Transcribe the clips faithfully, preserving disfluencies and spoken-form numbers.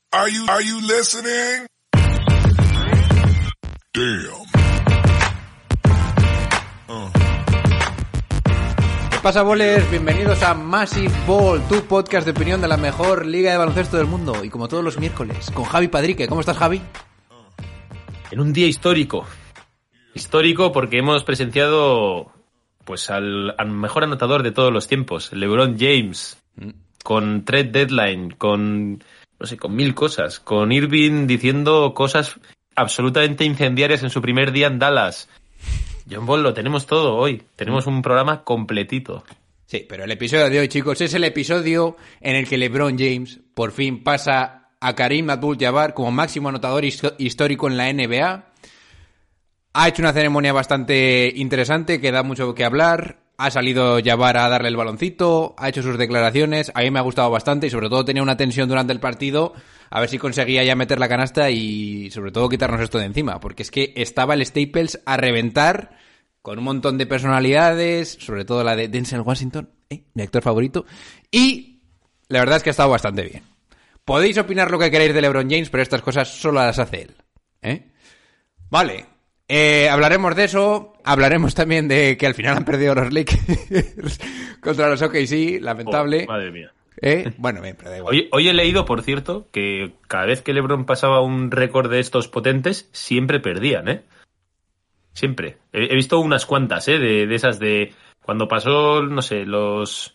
Are you, are you listening? Damn. Uh. ¿Qué pasa, bolers? Bienvenidos a Massive Ball, tu podcast de opinión de la mejor liga de baloncesto del mundo. Y como todos los miércoles, con Javi Padrique. ¿Cómo estás, Javi? En un día histórico. Histórico porque hemos presenciado pues al, al mejor anotador de todos los tiempos, LeBron James, mm. con trade deadline, con no sé, con mil cosas, con Irving diciendo cosas absolutamente incendiarias en su primer día en Dallas. John Ball, lo tenemos todo hoy. Tenemos un programa completito. Sí, pero el episodio de hoy, chicos, es el episodio en el que LeBron James por fin pasa a Kareem Abdul-Jabbar como máximo anotador histórico en la N B A. Ha hecho una ceremonia bastante interesante que da mucho que hablar. Ha salido Jabbar a darle el baloncito, ha hecho sus declaraciones. A mí me ha gustado bastante y sobre todo tenía una tensión durante el partido. A ver si conseguía ya meter la canasta y sobre todo quitarnos esto de encima. Porque es que estaba el Staples a reventar con un montón de personalidades, sobre todo la de Denzel Washington, ¿eh? Mi actor favorito. Y la verdad es que ha estado bastante bien. Podéis opinar lo que queráis de LeBron James, pero estas cosas solo las hace él, ¿eh? Vale. Eh, hablaremos de eso, hablaremos también de que al final han perdido los Lakers contra los O K C, lamentable. Oh, madre mía. ¿Eh? Bueno, bien, pero da igual. Hoy, hoy he leído, por cierto, que cada vez que LeBron pasaba un récord de estos potentes, siempre perdían, ¿eh? Siempre. He, he visto unas cuantas, ¿eh? De, de esas de... Cuando pasó, no sé, los...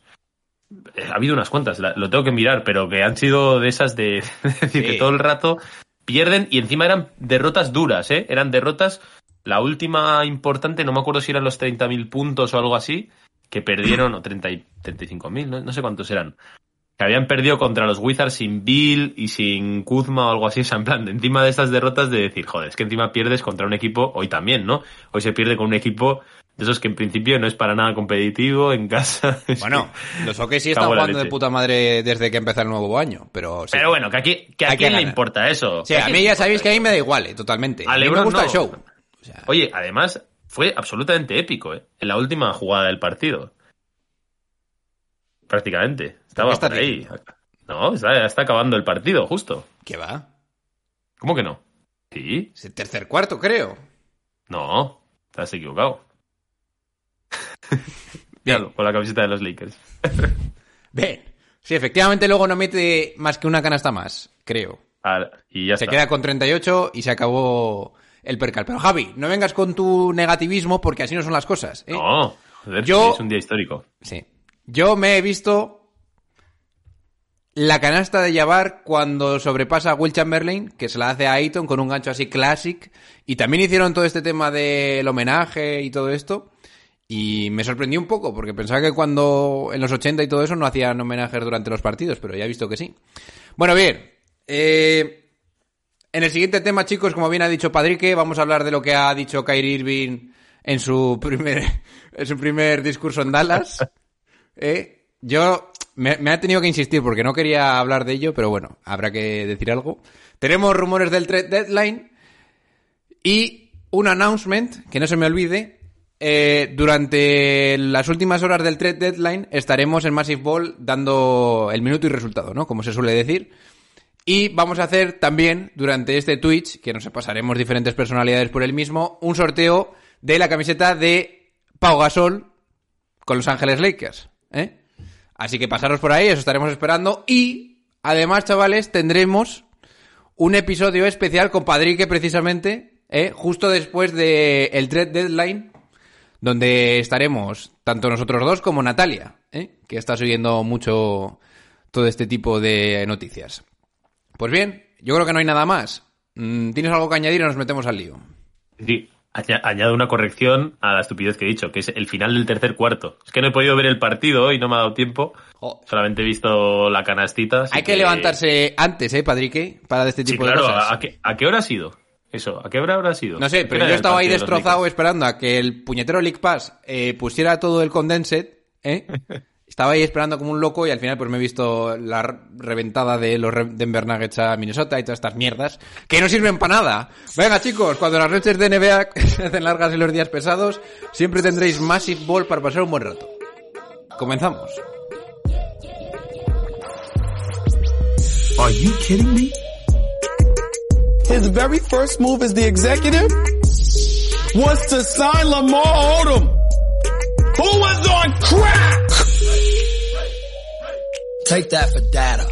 Ha habido unas cuantas, la, lo tengo que mirar, pero que han sido de esas de... Es decir, sí, que todo el rato pierden y encima eran derrotas duras, ¿eh? Eran derrotas... La última importante, no me acuerdo si eran los treinta mil puntos o algo así, que perdieron, o treinta y cinco mil, no, no sé cuántos eran, que habían perdido contra los Wizards sin Bill y sin Kuzma o algo así, o sea, en plan, de encima de estas derrotas de decir, joder, es que encima pierdes contra un equipo, hoy también, ¿no? Hoy se pierde con un equipo de esos que en principio no es para nada competitivo en casa. Bueno, los O K C están jugando de puta madre desde que empezó el nuevo año, pero... Sí. Pero bueno, que, aquí, que a quién le importa eso. Sí, a mí ya sabéis que a mí me da igual, eh, totalmente. A, a mí me gusta no. el show. O sea, oye, además, fue absolutamente épico, ¿eh? En la última jugada del partido. Prácticamente. Estaba por ahí. Tiempo? No, está, está acabando el partido, justo. ¿Qué va? ¿Cómo que no? Sí. Es el tercer cuarto, creo. No, estás equivocado. Míralo, con la camiseta de los Lakers. Bien. Sí, efectivamente luego no mete más que una canasta más, creo. Ah, y ya se está. queda con treinta y ocho y se acabó... el percal. Pero Javi, no vengas con tu negativismo porque así no son las cosas, ¿eh? No, joder, yo, es un día histórico. Sí. Yo me he visto la canasta de Jabbar cuando sobrepasa a Will Chamberlain, que se la hace a Ayton con un gancho así classic, y también hicieron todo este tema del homenaje y todo esto, y me sorprendió un poco porque pensaba que cuando en los ochenta y todo eso no hacían homenajes durante los partidos, pero ya he visto que sí. Bueno, bien, eh... en el siguiente tema, chicos, como bien ha dicho Padrique, vamos a hablar de lo que ha dicho Kyrie Irving en su primer, en su primer discurso en Dallas. ¿Eh? Yo me, me ha tenido que insistir porque no quería hablar de ello, pero bueno, habrá que decir algo. Tenemos rumores del trade deadline y un announcement, que no se me olvide. Eh, durante las últimas horas del trade deadline estaremos en Massive Ball dando el minuto y resultado, ¿no? Como se suele decir. Y vamos a hacer también, durante este Twitch, que nos pasaremos diferentes personalidades por el mismo, un sorteo de la camiseta de Pau Gasol con Los Ángeles Lakers, ¿eh? Así que pasaros por ahí, os estaremos esperando. Y, además, chavales, tendremos un episodio especial con Padrique, precisamente, ¿eh? Justo después del trade deadline, donde estaremos tanto nosotros dos como Natalia, ¿eh? Que está siguiendo mucho todo este tipo de noticias. Pues bien, yo creo que no hay nada más. ¿Tienes algo que añadir o nos metemos al lío? Sí, añado una corrección a la estupidez que he dicho, que es el final del tercer cuarto. Es que no he podido ver el partido y no me ha dado tiempo. Oh. Solamente he visto la canastita. Hay que, que levantarse antes, ¿eh, Padrique? Para este tipo sí, claro, de cosas. ¿a qué, ¿A qué hora ha sido eso? ¿A qué hora habrá sido? No sé, pero yo estaba ahí destrozado esperando a que el puñetero League Pass eh, pusiera todo el condensed, ¿eh? Estaba ahí esperando como un loco y al final pues me he visto la reventada de los Denver Nuggets a Minnesota y todas estas mierdas que no sirven para nada. Venga, chicos, cuando las noches de N B A se hacen largas y los días pesados, siempre tendréis Massive Ball para pasar un buen rato. Comenzamos. Are you kidding me? his very first move as the executive was to sign Lamar Odom, who was on crack. Take that for data.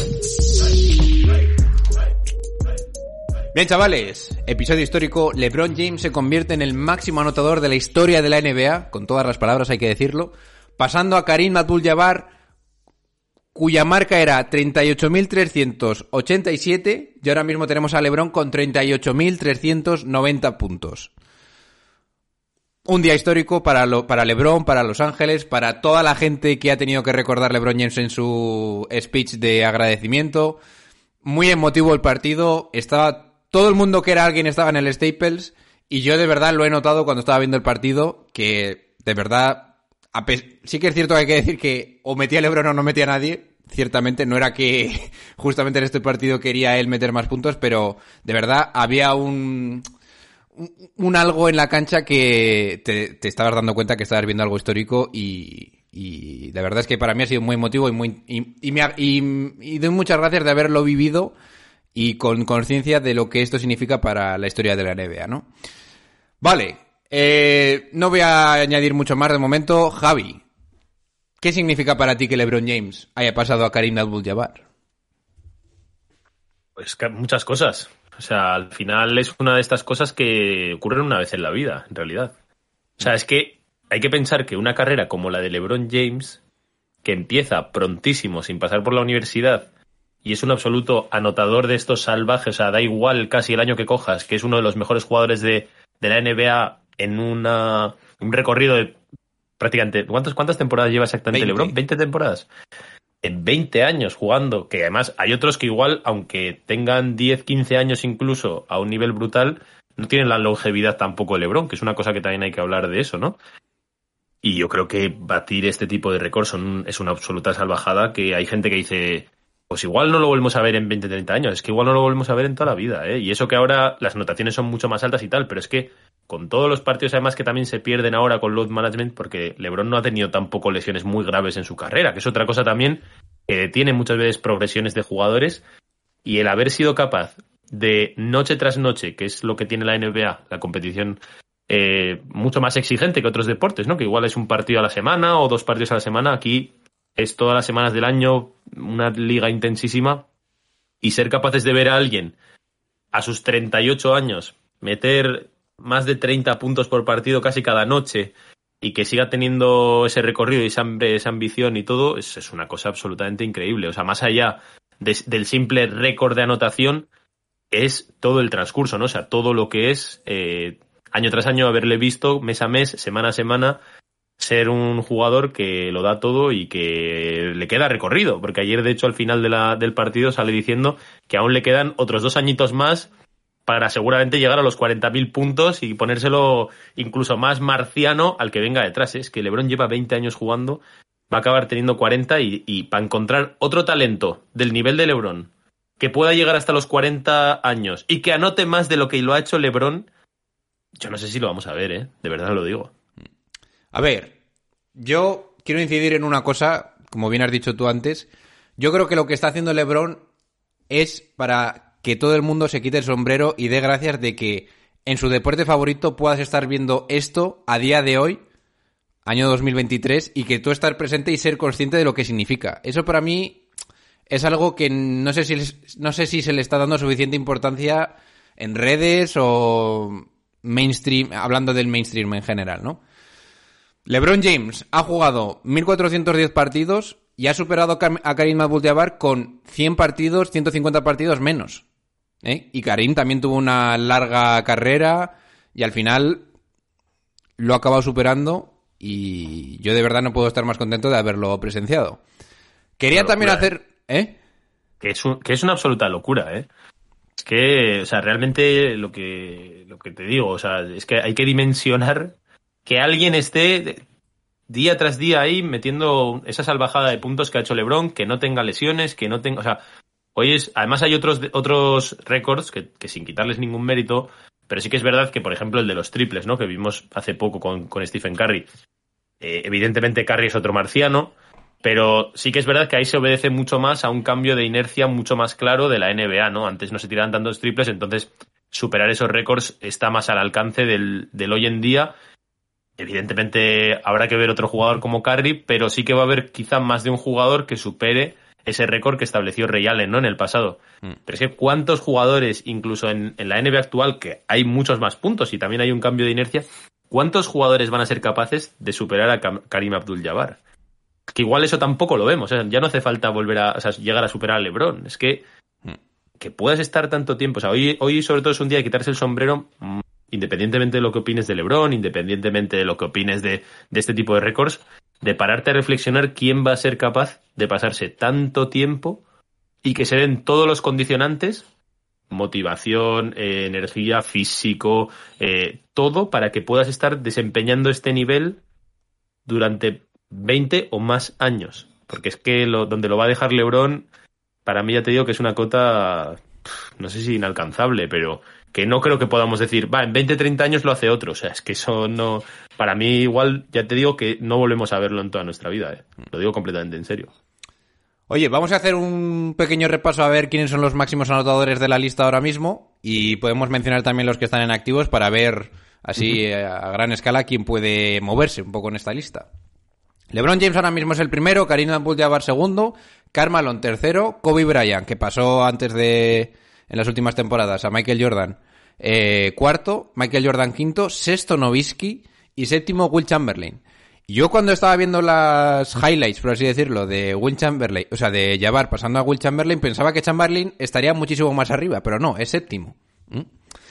Bien, chavales, episodio histórico. LeBron James se convierte en el máximo anotador de la historia de la N B A, con todas las palabras hay que decirlo, pasando a Kareem Abdul-Jabbar, cuya marca era treinta y ocho mil trescientos ochenta y siete, y ahora mismo tenemos a LeBron con treinta y ocho mil trescientos noventa puntos. Un día histórico para, lo, para LeBron, para Los Ángeles, para toda la gente que ha tenido que recordar LeBron James en su speech de agradecimiento. Muy emotivo el partido, estaba todo el mundo que era alguien estaba en el Staples, y yo de verdad lo he notado cuando estaba viendo el partido, que de verdad, a pe- sí que es cierto que hay que decir que o metía a LeBron o no metía a nadie, ciertamente no era que justamente en este partido quería él meter más puntos, pero de verdad había un... un algo en la cancha que te, te estabas dando cuenta que estabas viendo algo histórico, y, y de verdad es que para mí ha sido muy emotivo y muy y, y, me ha, y, y doy muchas gracias de haberlo vivido y con conciencia de lo que esto significa para la historia de la N B A, ¿no? Vale, eh, no voy a añadir mucho más de momento. Javi, ¿qué significa para ti que LeBron James haya pasado a Kareem Abdul-Jabbar? Pues que muchas cosas. O sea, al final es una de estas cosas que ocurren una vez en la vida, en realidad. O sea, es que hay que pensar que una carrera como la de LeBron James, que empieza prontísimo, sin pasar por la universidad, y es un absoluto anotador de estos salvajes, o sea, da igual casi el año que cojas, que es uno de los mejores jugadores de, de la N B A en una, un recorrido de prácticamente... ¿Cuántas, cuántas temporadas lleva exactamente veinte. LeBron? ¿veinte temporadas? En veinte años jugando, que además hay otros que igual, aunque tengan diez, quince años incluso a un nivel brutal, no tienen la longevidad tampoco de LeBron, que es una cosa que también hay que hablar de eso, ¿no? Y yo creo que batir este tipo de récords son, es una absoluta salvajada, que hay gente que dice, pues igual no lo volvemos a ver en veinte, treinta años, es que igual no lo volvemos a ver en toda la vida, ¿eh? Y eso que ahora las anotaciones son mucho más altas y tal, pero es que con todos los partidos además que también se pierden ahora con load management, porque LeBron no ha tenido tampoco lesiones muy graves en su carrera, que es otra cosa también que detiene muchas veces progresiones de jugadores, y el haber sido capaz de noche tras noche, que es lo que tiene la N B A, la competición eh, mucho más exigente que otros deportes, ¿no? Que igual es un partido a la semana o dos partidos a la semana, aquí es todas las semanas del año, una liga intensísima, y ser capaces de ver a alguien a sus treinta y ocho años meter más de treinta puntos por partido casi cada noche y que siga teniendo ese recorrido y esa, esa ambición y todo, es, es una cosa absolutamente increíble. O sea, más allá de, del simple récord de anotación, es todo el transcurso, ¿no? O sea, todo lo que es eh, año tras año haberle visto mes a mes, semana a semana, ser un jugador que lo da todo y que le queda recorrido, porque ayer de hecho al final de la, del partido sale diciendo que aún le quedan otros dos añitos más para seguramente llegar a los cuarenta mil puntos y ponérselo incluso más marciano al que venga detrás. Es que LeBron lleva veinte años jugando, va a acabar teniendo cuarenta y, y para encontrar otro talento del nivel de LeBron que pueda llegar hasta los cuarenta años y que anote más de lo que lo ha hecho LeBron, yo no sé si lo vamos a ver, ¿eh? De verdad lo digo. A ver, yo quiero incidir en una cosa, como bien has dicho tú antes. Yo creo que lo que está haciendo LeBron es para que todo el mundo se quite el sombrero y dé gracias de que en su deporte favorito puedas estar viendo esto a día de hoy, año dos mil veintitrés, y que tú estar presente y ser consciente de lo que significa. Eso para mí es algo que no sé si, no sé si se le está dando suficiente importancia en redes o mainstream, hablando del mainstream en general, ¿no? LeBron James ha jugado mil cuatrocientos diez partidos y ha superado a Kareem Abdul-Jabbar con cien partidos, ciento cincuenta partidos menos, ¿eh? Y Kareem también tuvo una larga carrera y al final lo ha acabado superando, y yo de verdad no puedo estar más contento de haberlo presenciado. Quería Una también locura, hacer... ¿Eh? Que es, un, que es una absoluta locura, ¿eh? Es que, o sea, realmente lo que, lo que te digo, o sea, es que hay que dimensionar que alguien esté día tras día ahí metiendo esa salvajada de puntos que ha hecho LeBron, que no tenga lesiones, que no tenga... O sea, hoy es... Además hay otros otros récords que, que sin quitarles ningún mérito, pero sí que es verdad que, por ejemplo, el de los triples, ¿no? Que vimos hace poco con, con Stephen Curry. Eh, evidentemente Curry es otro marciano, Pero sí que es verdad que ahí se obedece mucho más a un cambio de inercia mucho más claro de la N B A, ¿no? Antes no se tiraban tantos triples, entonces superar esos récords está más al alcance del, del hoy en día. Evidentemente habrá que ver otro jugador como Curry, pero sí que va a haber quizá más de un jugador que supere ese récord que estableció Ray Allen, ¿no? En el pasado. Mm. Pero es que ¿cuántos jugadores, incluso en, en la N B A actual, que hay muchos más puntos y también hay un cambio de inercia, cuántos jugadores van a ser capaces de superar a Kareem Abdul-Jabbar? Que igual eso tampoco lo vemos, ¿eh? Ya no hace falta volver a, o sea, llegar a superar a LeBron. Es que que puedas estar tanto tiempo, o sea, hoy, hoy sobre todo es un día de quitarse el sombrero, independientemente de lo que opines de LeBron, independientemente de lo que opines de, de este tipo de récords, de pararte a reflexionar quién va a ser capaz de pasarse tanto tiempo y que se den todos los condicionantes, motivación, eh, energía, físico, eh, todo para que puedas estar desempeñando este nivel durante veinte o más años. Porque es que lo, donde lo va a dejar LeBron, para mí ya te digo que es una cota, no sé si inalcanzable, pero que no creo que podamos decir, va, en veinte, treinta años lo hace otro. O sea, es que eso no... Para mí igual, ya te digo que no volvemos a verlo en toda nuestra vida, ¿eh? Lo digo completamente en serio. Oye, vamos a hacer un pequeño repaso a ver quiénes son los máximos anotadores de la lista ahora mismo y podemos mencionar también los que están en activos para ver así uh-huh. a gran escala quién puede moverse un poco en esta lista. LeBron James ahora mismo es el primero, Kareem Abdul-Jabbar segundo, Karl Malone tercero, Kobe Bryant, que pasó antes de, en las últimas temporadas, a Michael Jordan, eh, cuarto, Michael Jordan quinto, sexto Nowitzki y séptimo Will Chamberlain. Yo cuando estaba viendo las highlights, por así decirlo, de Will Chamberlain, o sea, de Jabbar pasando a Will Chamberlain, pensaba que Chamberlain estaría muchísimo más arriba, pero no, es séptimo. ¿Mm?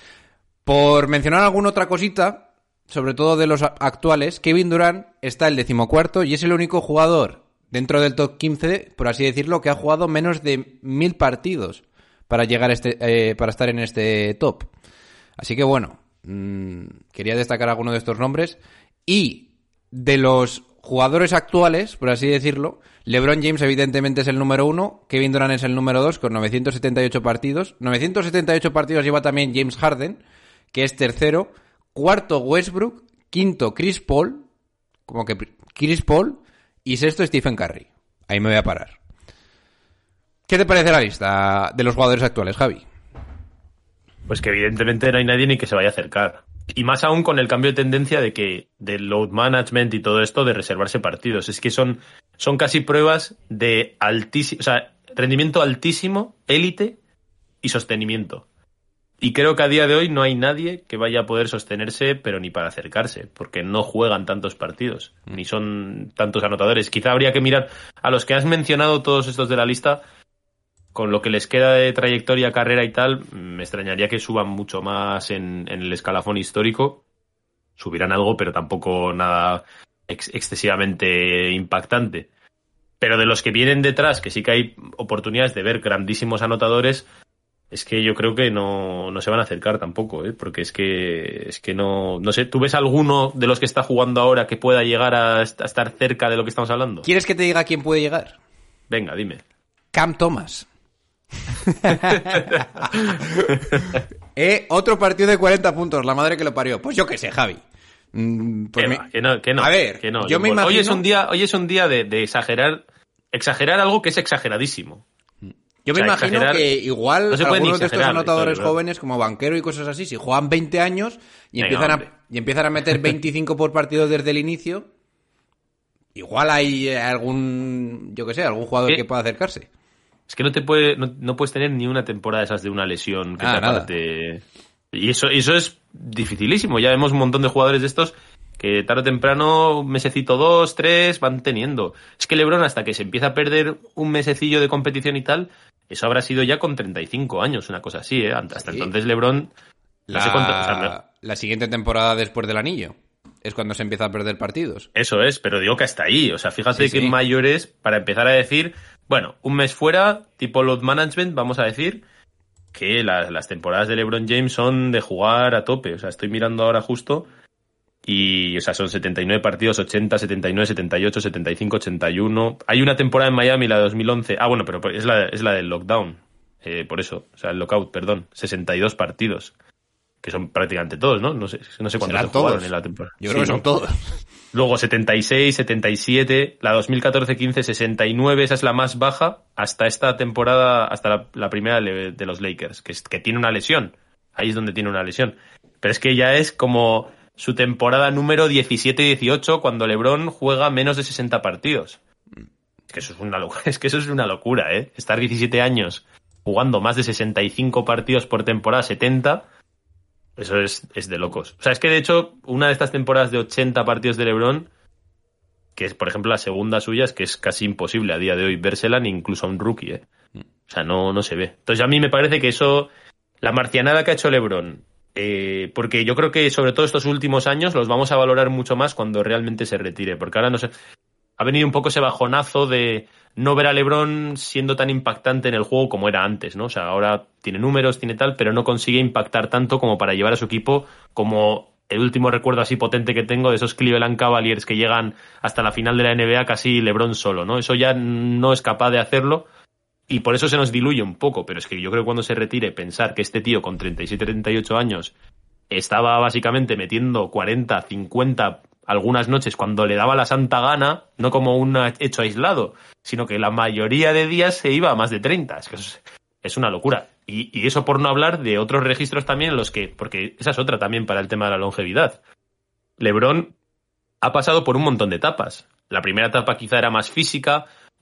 Por mencionar alguna otra cosita, sobre todo de los actuales, Kevin Durant está el decimocuarto y es el único jugador dentro del top quince, por así decirlo, que ha jugado menos de mil partidos para llegar a este, eh, para estar en este top. Así que bueno, mmm, quería destacar alguno de estos nombres. Y de los jugadores actuales, por así decirlo, LeBron James evidentemente es el número uno, Kevin Durant es el número dos con novecientos setenta y ocho partidos. novecientos setenta y ocho partidos lleva también James Harden, que es tercero. Cuarto Westbrook, quinto Chris Paul, como que Chris Paul, y sexto Stephen Curry. Ahí me voy a parar. ¿Qué te parece la lista de los jugadores actuales, Javi? Pues que evidentemente no hay nadie ni que se vaya a acercar. Y más aún con el cambio de tendencia de que del load management y todo esto de reservarse partidos. Es que son, son casi pruebas de altísimo, o sea, rendimiento altísimo, élite y sostenimiento. Y creo que a día de hoy no hay nadie que vaya a poder sostenerse, pero ni para acercarse, porque no juegan tantos partidos, ni son tantos anotadores. Quizá habría que mirar a los que has mencionado, todos estos de la lista, con lo que les queda de trayectoria, carrera y tal, me extrañaría que suban mucho más en, en el escalafón histórico. Subirán algo, pero tampoco nada ex- excesivamente impactante. Pero de los que vienen detrás, que sí que hay oportunidades de ver grandísimos anotadores, es que yo creo que no, no se van a acercar tampoco, ¿eh? Porque es que es que no no sé, ¿tú ves alguno de los que está jugando ahora que pueda llegar a, a estar cerca de lo que estamos hablando? ¿Quieres que te diga quién puede llegar? Venga, dime. Cam Thomas. eh, otro partido de cuarenta puntos, la madre que lo parió. Pues yo qué sé, Javi. Mm, pues me... que, no, que no. A ver, que no, yo me imagino... Hoy es un día, hoy es un día de, de exagerar, exagerar algo que es exageradísimo. Yo me o sea, imagino que igual no algunos de estos anotadores jóvenes como Banquero y cosas así, si juegan veinte años y Venga, empiezan, a, y empiezan a meter veinticinco por partido desde el inicio, igual hay algún, yo qué sé, algún jugador ¿Qué? que pueda acercarse. Es que no te puede, no, no puedes tener ni una temporada esas de una lesión que ah, te aparte. Y eso, eso es dificilísimo. Ya vemos un montón de jugadores de estos que tarde o temprano, un mesecito, dos, tres, van teniendo. Es que LeBron, hasta que se empieza a perder un mesecillo de competición y tal, eso habrá sido ya con treinta y cinco años, una cosa así, ¿eh? Hasta sí. Entonces LeBron... La, no sé cuánto, o sea, no... la siguiente temporada después del anillo es cuando se empieza a perder partidos. Eso es, pero digo que hasta ahí. O sea, fíjate sí, que sí. mayores, para empezar a decir, bueno, un mes fuera, tipo load management, vamos a decir que la, las temporadas de LeBron James son de jugar a tope. O sea, estoy mirando ahora justo... Y, o sea, son setenta y nueve partidos, ochenta, setenta y nueve, setenta y ocho, setenta y cinco, ochenta y uno. Hay una temporada en Miami, la de dos mil once. Ah, bueno, pero es la, es la del lockdown. Eh, por eso, o sea, el lockout, perdón. sesenta y dos partidos. Que son prácticamente todos, ¿no? No sé, no sé cuántos se jugaron en la temporada. Yo creo sí, que son ¿no? todos. Luego setenta y seis, setenta y siete, la dos mil catorce quince, sesenta y nueve, esa es la más baja hasta esta temporada, hasta la, la primera de los Lakers, que, es, que tiene una lesión. Ahí es donde tiene una lesión. Pero es que ya es como su temporada número diecisiete dieciocho cuando LeBron juega menos de sesenta partidos. Es que eso es una locura, es que eso es una locura, ¿eh? Estar diecisiete años jugando más de sesenta y cinco partidos por temporada, setenta, eso es, es de locos. O sea, es que de hecho, una de estas temporadas de ochenta partidos de LeBron, que es, por ejemplo, la segunda suya, es que es casi imposible a día de hoy vérsela, ni incluso a un rookie, ¿eh? O sea, no, no se ve. Entonces, a mí me parece que eso, la marcianada que ha hecho LeBron, eh, porque yo creo que sobre todo estos últimos años los vamos a valorar mucho más cuando realmente se retire, porque ahora no sé, ha venido un poco ese bajonazo de no ver a LeBron siendo tan impactante en el juego como era antes, ¿no? O sea, ahora tiene números, tiene tal, pero no consigue impactar tanto como para llevar a su equipo, como el último recuerdo así potente que tengo de esos Cleveland Cavaliers que llegan hasta la final de la N B A casi LeBron solo, ¿no? Eso ya no es capaz de hacerlo y por eso se nos diluye un poco, pero es que yo creo que cuando se retire pensar que este tío con treinta y siete, treinta y ocho años estaba básicamente metiendo cuarenta, cincuenta algunas noches cuando le daba la santa gana, no como un hecho aislado, sino que la mayoría de días se iba a más de treinta. Es que es, es una locura. Y, y eso por no hablar de otros registros también en los que, porque esa es otra también para el tema de la longevidad. LeBron ha pasado por un montón de etapas. La primera etapa quizá era más física,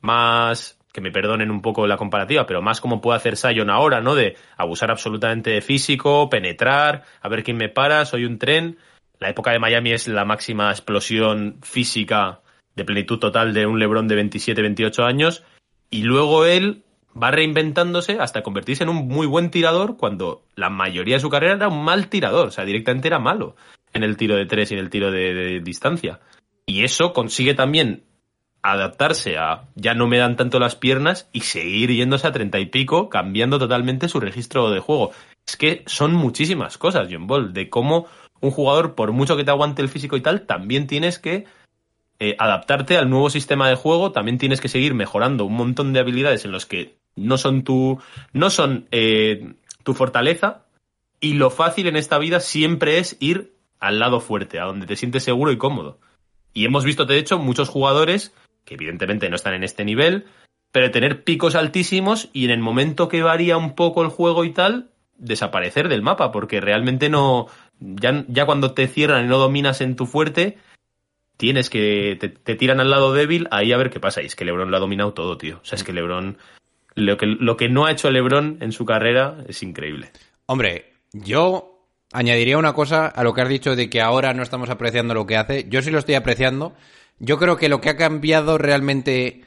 más, que me perdonen un poco la comparativa, pero más como puede hacer Zion ahora, ¿no? De abusar absolutamente de físico, penetrar, a ver quién me para, soy un tren. La época de Miami es la máxima explosión física de plenitud total de un LeBron de veintisiete, veintiocho años, y luego él va reinventándose hasta convertirse en un muy buen tirador cuando la mayoría de su carrera era un mal tirador, o sea, directamente era malo en el tiro de tres y en el tiro de, de distancia. Y eso consigue también adaptarse a ya no me dan tanto las piernas y seguir yéndose a treinta y pico, cambiando totalmente su registro de juego. Es que son muchísimas cosas, John Ball, de cómo un jugador, por mucho que te aguante el físico y tal, también tienes que eh, adaptarte al nuevo sistema de juego, también tienes que seguir mejorando un montón de habilidades en los que no son tu, no son eh, tu fortaleza, y lo fácil en esta vida siempre es ir al lado fuerte, a donde te sientes seguro y cómodo. Y hemos visto, de hecho, muchos jugadores que evidentemente no están en este nivel, pero tener picos altísimos y en el momento que varía un poco el juego y tal, desaparecer del mapa, porque realmente no... Ya, ya cuando te cierran y no dominas en tu fuerte, tienes que... Te, te tiran al lado débil, ahí a ver qué pasa. Y es que LeBron lo ha dominado todo, tío. O sea, es que LeBron... Lo que, lo que no ha hecho LeBron en su carrera es increíble. Hombre, yo añadiría una cosa a lo que has dicho de que ahora no estamos apreciando lo que hace. Yo sí lo estoy apreciando. Yo creo que lo que ha cambiado realmente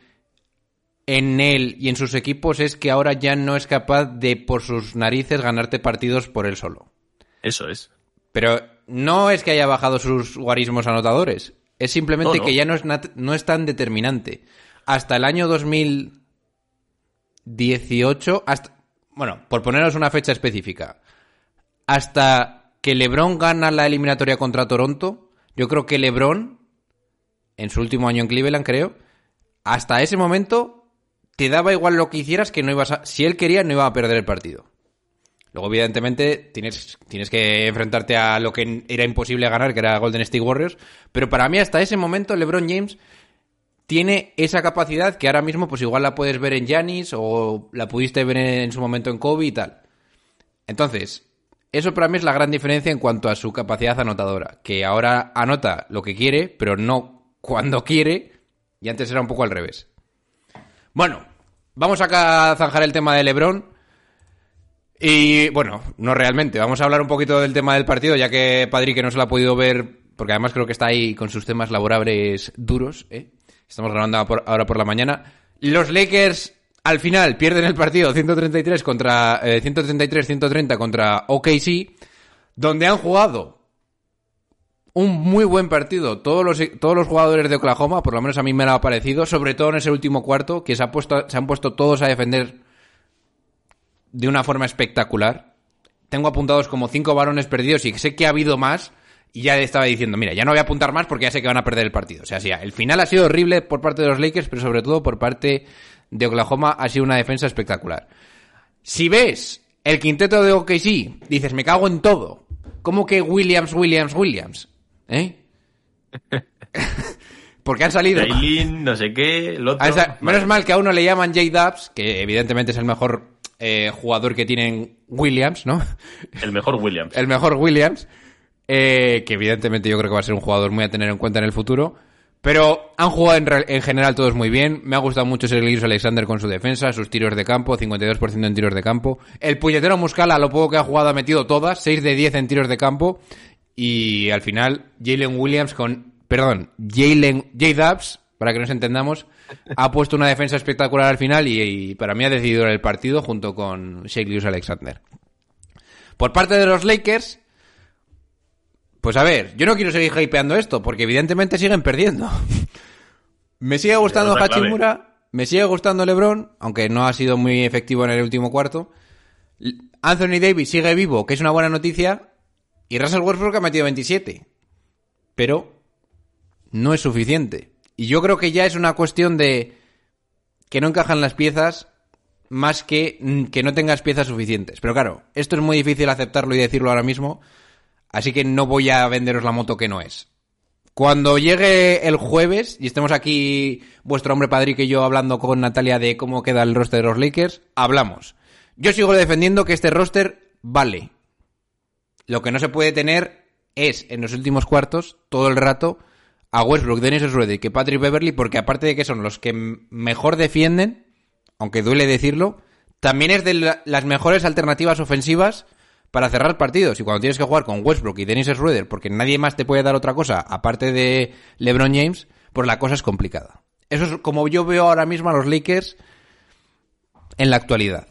en él y en sus equipos es que ahora ya no es capaz de, por sus narices, ganarte partidos por él solo. Eso es. Pero no es que haya bajado sus guarismos anotadores. Es simplemente no, no. que ya no es, nat- no es tan determinante. Hasta el año dos mil dieciocho, hasta, bueno, por poneros una fecha específica, hasta que LeBron gana la eliminatoria contra Toronto, yo creo que LeBron, en su último año en Cleveland, creo, hasta ese momento te daba igual lo que hicieras, que no ibas a, si él quería, no iba a perder el partido. Luego, evidentemente, tienes, tienes que enfrentarte a lo que era imposible ganar, que era Golden State Warriors, pero para mí hasta ese momento LeBron James tiene esa capacidad que ahora mismo pues igual la puedes ver en Giannis o la pudiste ver en su momento en Kobe y tal. Entonces, eso para mí es la gran diferencia en cuanto a su capacidad anotadora, que ahora anota lo que quiere, pero no cuando quiere, y antes era un poco al revés. Bueno, vamos acá a zanjar el tema de LeBron. Y bueno, no realmente, vamos a hablar un poquito del tema del partido, ya que Padri que no se lo ha podido ver, porque además creo que está ahí con sus temas laborables duros, ¿eh? Estamos grabando ahora por la mañana. Los Lakers al final pierden el partido ciento treinta y tres contra eh, ciento treinta y tres ciento treinta contra O K C, donde han jugado un muy buen partido todos los todos los jugadores de Oklahoma, por lo menos a mí me lo ha parecido, sobre todo en ese último cuarto, que se ha puesto se han puesto todos a defender de una forma espectacular. Tengo apuntados como cinco balones perdidos y sé que ha habido más. Y ya estaba diciendo, mira, ya no voy a apuntar más porque ya sé que van a perder el partido. O sea, sí, el final ha sido horrible por parte de los Lakers, pero sobre todo por parte de Oklahoma ha sido una defensa espectacular. Si ves el quinteto de O K C, dices, me cago en todo. ¿Cómo que Williams, Williams, Williams? ¿Eh? Porque han salido... Jailin, no sé qué, el otro... Sea, menos mal que a uno le llaman J-Dubs, que evidentemente es el mejor eh, jugador que tienen Williams, ¿no? El mejor Williams. El mejor Williams, eh, que evidentemente yo creo que va a ser un jugador muy a tener en cuenta en el futuro. Pero han jugado en, re- en general todos muy bien. Me ha gustado mucho Shai Gilgeous-Alexander con su defensa, sus tiros de campo, cincuenta y dos por ciento en tiros de campo. El puñetero Muscala, lo poco que ha jugado, ha metido todas, seis de diez en tiros de campo. Y al final, Jalen Williams con... Perdón, Jalen J-Dubs, para que nos entendamos, ha puesto una defensa espectacular al final y, y para mí ha decidido el partido junto con Shai Gilgeous-Alexander. Por parte de los Lakers, pues a ver, yo no quiero seguir hypeando esto, porque evidentemente siguen perdiendo. Me sigue gustando Hachimura, me sigue gustando LeBron, aunque no ha sido muy efectivo en el último cuarto. Anthony Davis sigue vivo, que es una buena noticia, y Russell Westbrook ha metido veintisiete. Pero no es suficiente. Y yo creo que ya es una cuestión de que no encajan las piezas más que que no tengas piezas suficientes. Pero claro, esto es muy difícil aceptarlo y decirlo ahora mismo, así que no voy a venderos la moto que no es. Cuando llegue el jueves y estemos aquí vuestro hombre Padrique y yo hablando con Natalia de cómo queda el roster de los Lakers, hablamos. Yo sigo defendiendo que este roster vale. Lo que no se puede tener es, en los últimos cuartos, todo el rato, a Westbrook, Dennis Schroeder y que Patrick Beverley, porque aparte de que son los que mejor defienden, aunque duele decirlo, también es de la, las mejores alternativas ofensivas para cerrar partidos. Y cuando tienes que jugar con Westbrook y Dennis Schroeder, porque nadie más te puede dar otra cosa aparte de LeBron James, pues la cosa es complicada. Eso es como yo veo ahora mismo a los Lakers en la actualidad.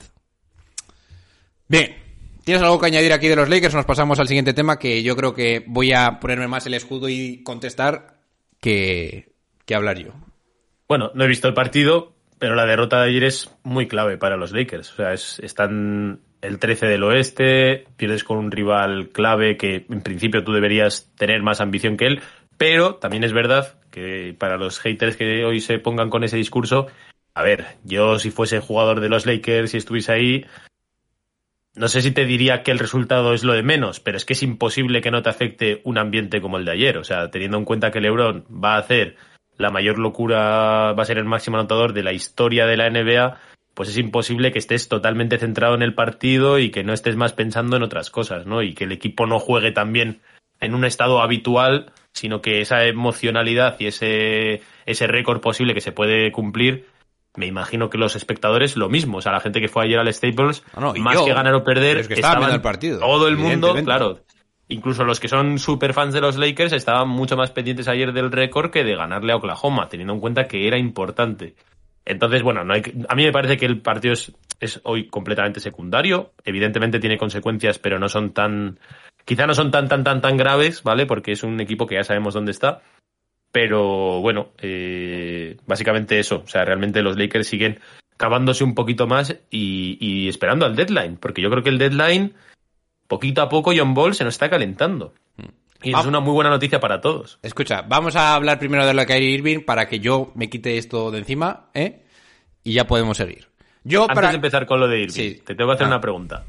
Bien, ¿tienes algo que añadir aquí de los Lakers? Nos pasamos al siguiente tema, que yo creo que voy a ponerme más el escudo y contestar que, que hablar yo. Bueno, no he visto el partido, pero la derrota de ayer es muy clave para los Lakers. O sea, es, están el trece del oeste, pierdes con un rival clave que en principio tú deberías tener más ambición que él, pero también es verdad que para los haters que hoy se pongan con ese discurso, a ver, yo si fuese jugador de los Lakers y estuviese ahí, no sé si te diría que el resultado es lo de menos, pero es que es imposible que no te afecte un ambiente como el de ayer. O sea, teniendo en cuenta que LeBron va a hacer la mayor locura, va a ser el máximo anotador de la historia de la N B A, pues es imposible que estés totalmente centrado en el partido y que no estés más pensando en otras cosas, ¿no? Y que el equipo no juegue también en un estado habitual, sino que esa emocionalidad y ese, ese récord posible que se puede cumplir, me imagino que los espectadores lo mismo. O sea, la gente que fue ayer al Staples, no, no, más yo, que ganar o perder, es que estaban viendo el partido, todo el mundo, claro. Incluso los que son super fans de los Lakers estaban mucho más pendientes ayer del récord que de ganarle a Oklahoma, teniendo en cuenta que era importante. Entonces, bueno, no hay que, a mí me parece que el partido es, es hoy completamente secundario. Evidentemente tiene consecuencias, pero no son tan... Quizá no son tan, tan, tan, tan graves, ¿vale? Porque es un equipo que ya sabemos dónde está. Pero, bueno, eh, básicamente eso. O sea, realmente los Lakers siguen cavándose un poquito más y, y esperando al deadline. Porque yo creo que el deadline, poquito a poco, John Ball se nos está calentando. Y es una muy buena noticia para todos. Escucha, vamos a hablar primero de lo que Kyrie Irving para que yo me quite esto de encima, ¿eh? Y ya podemos seguir. Yo Antes para... de empezar con lo de Irving, sí. te tengo que hacer ah. una pregunta.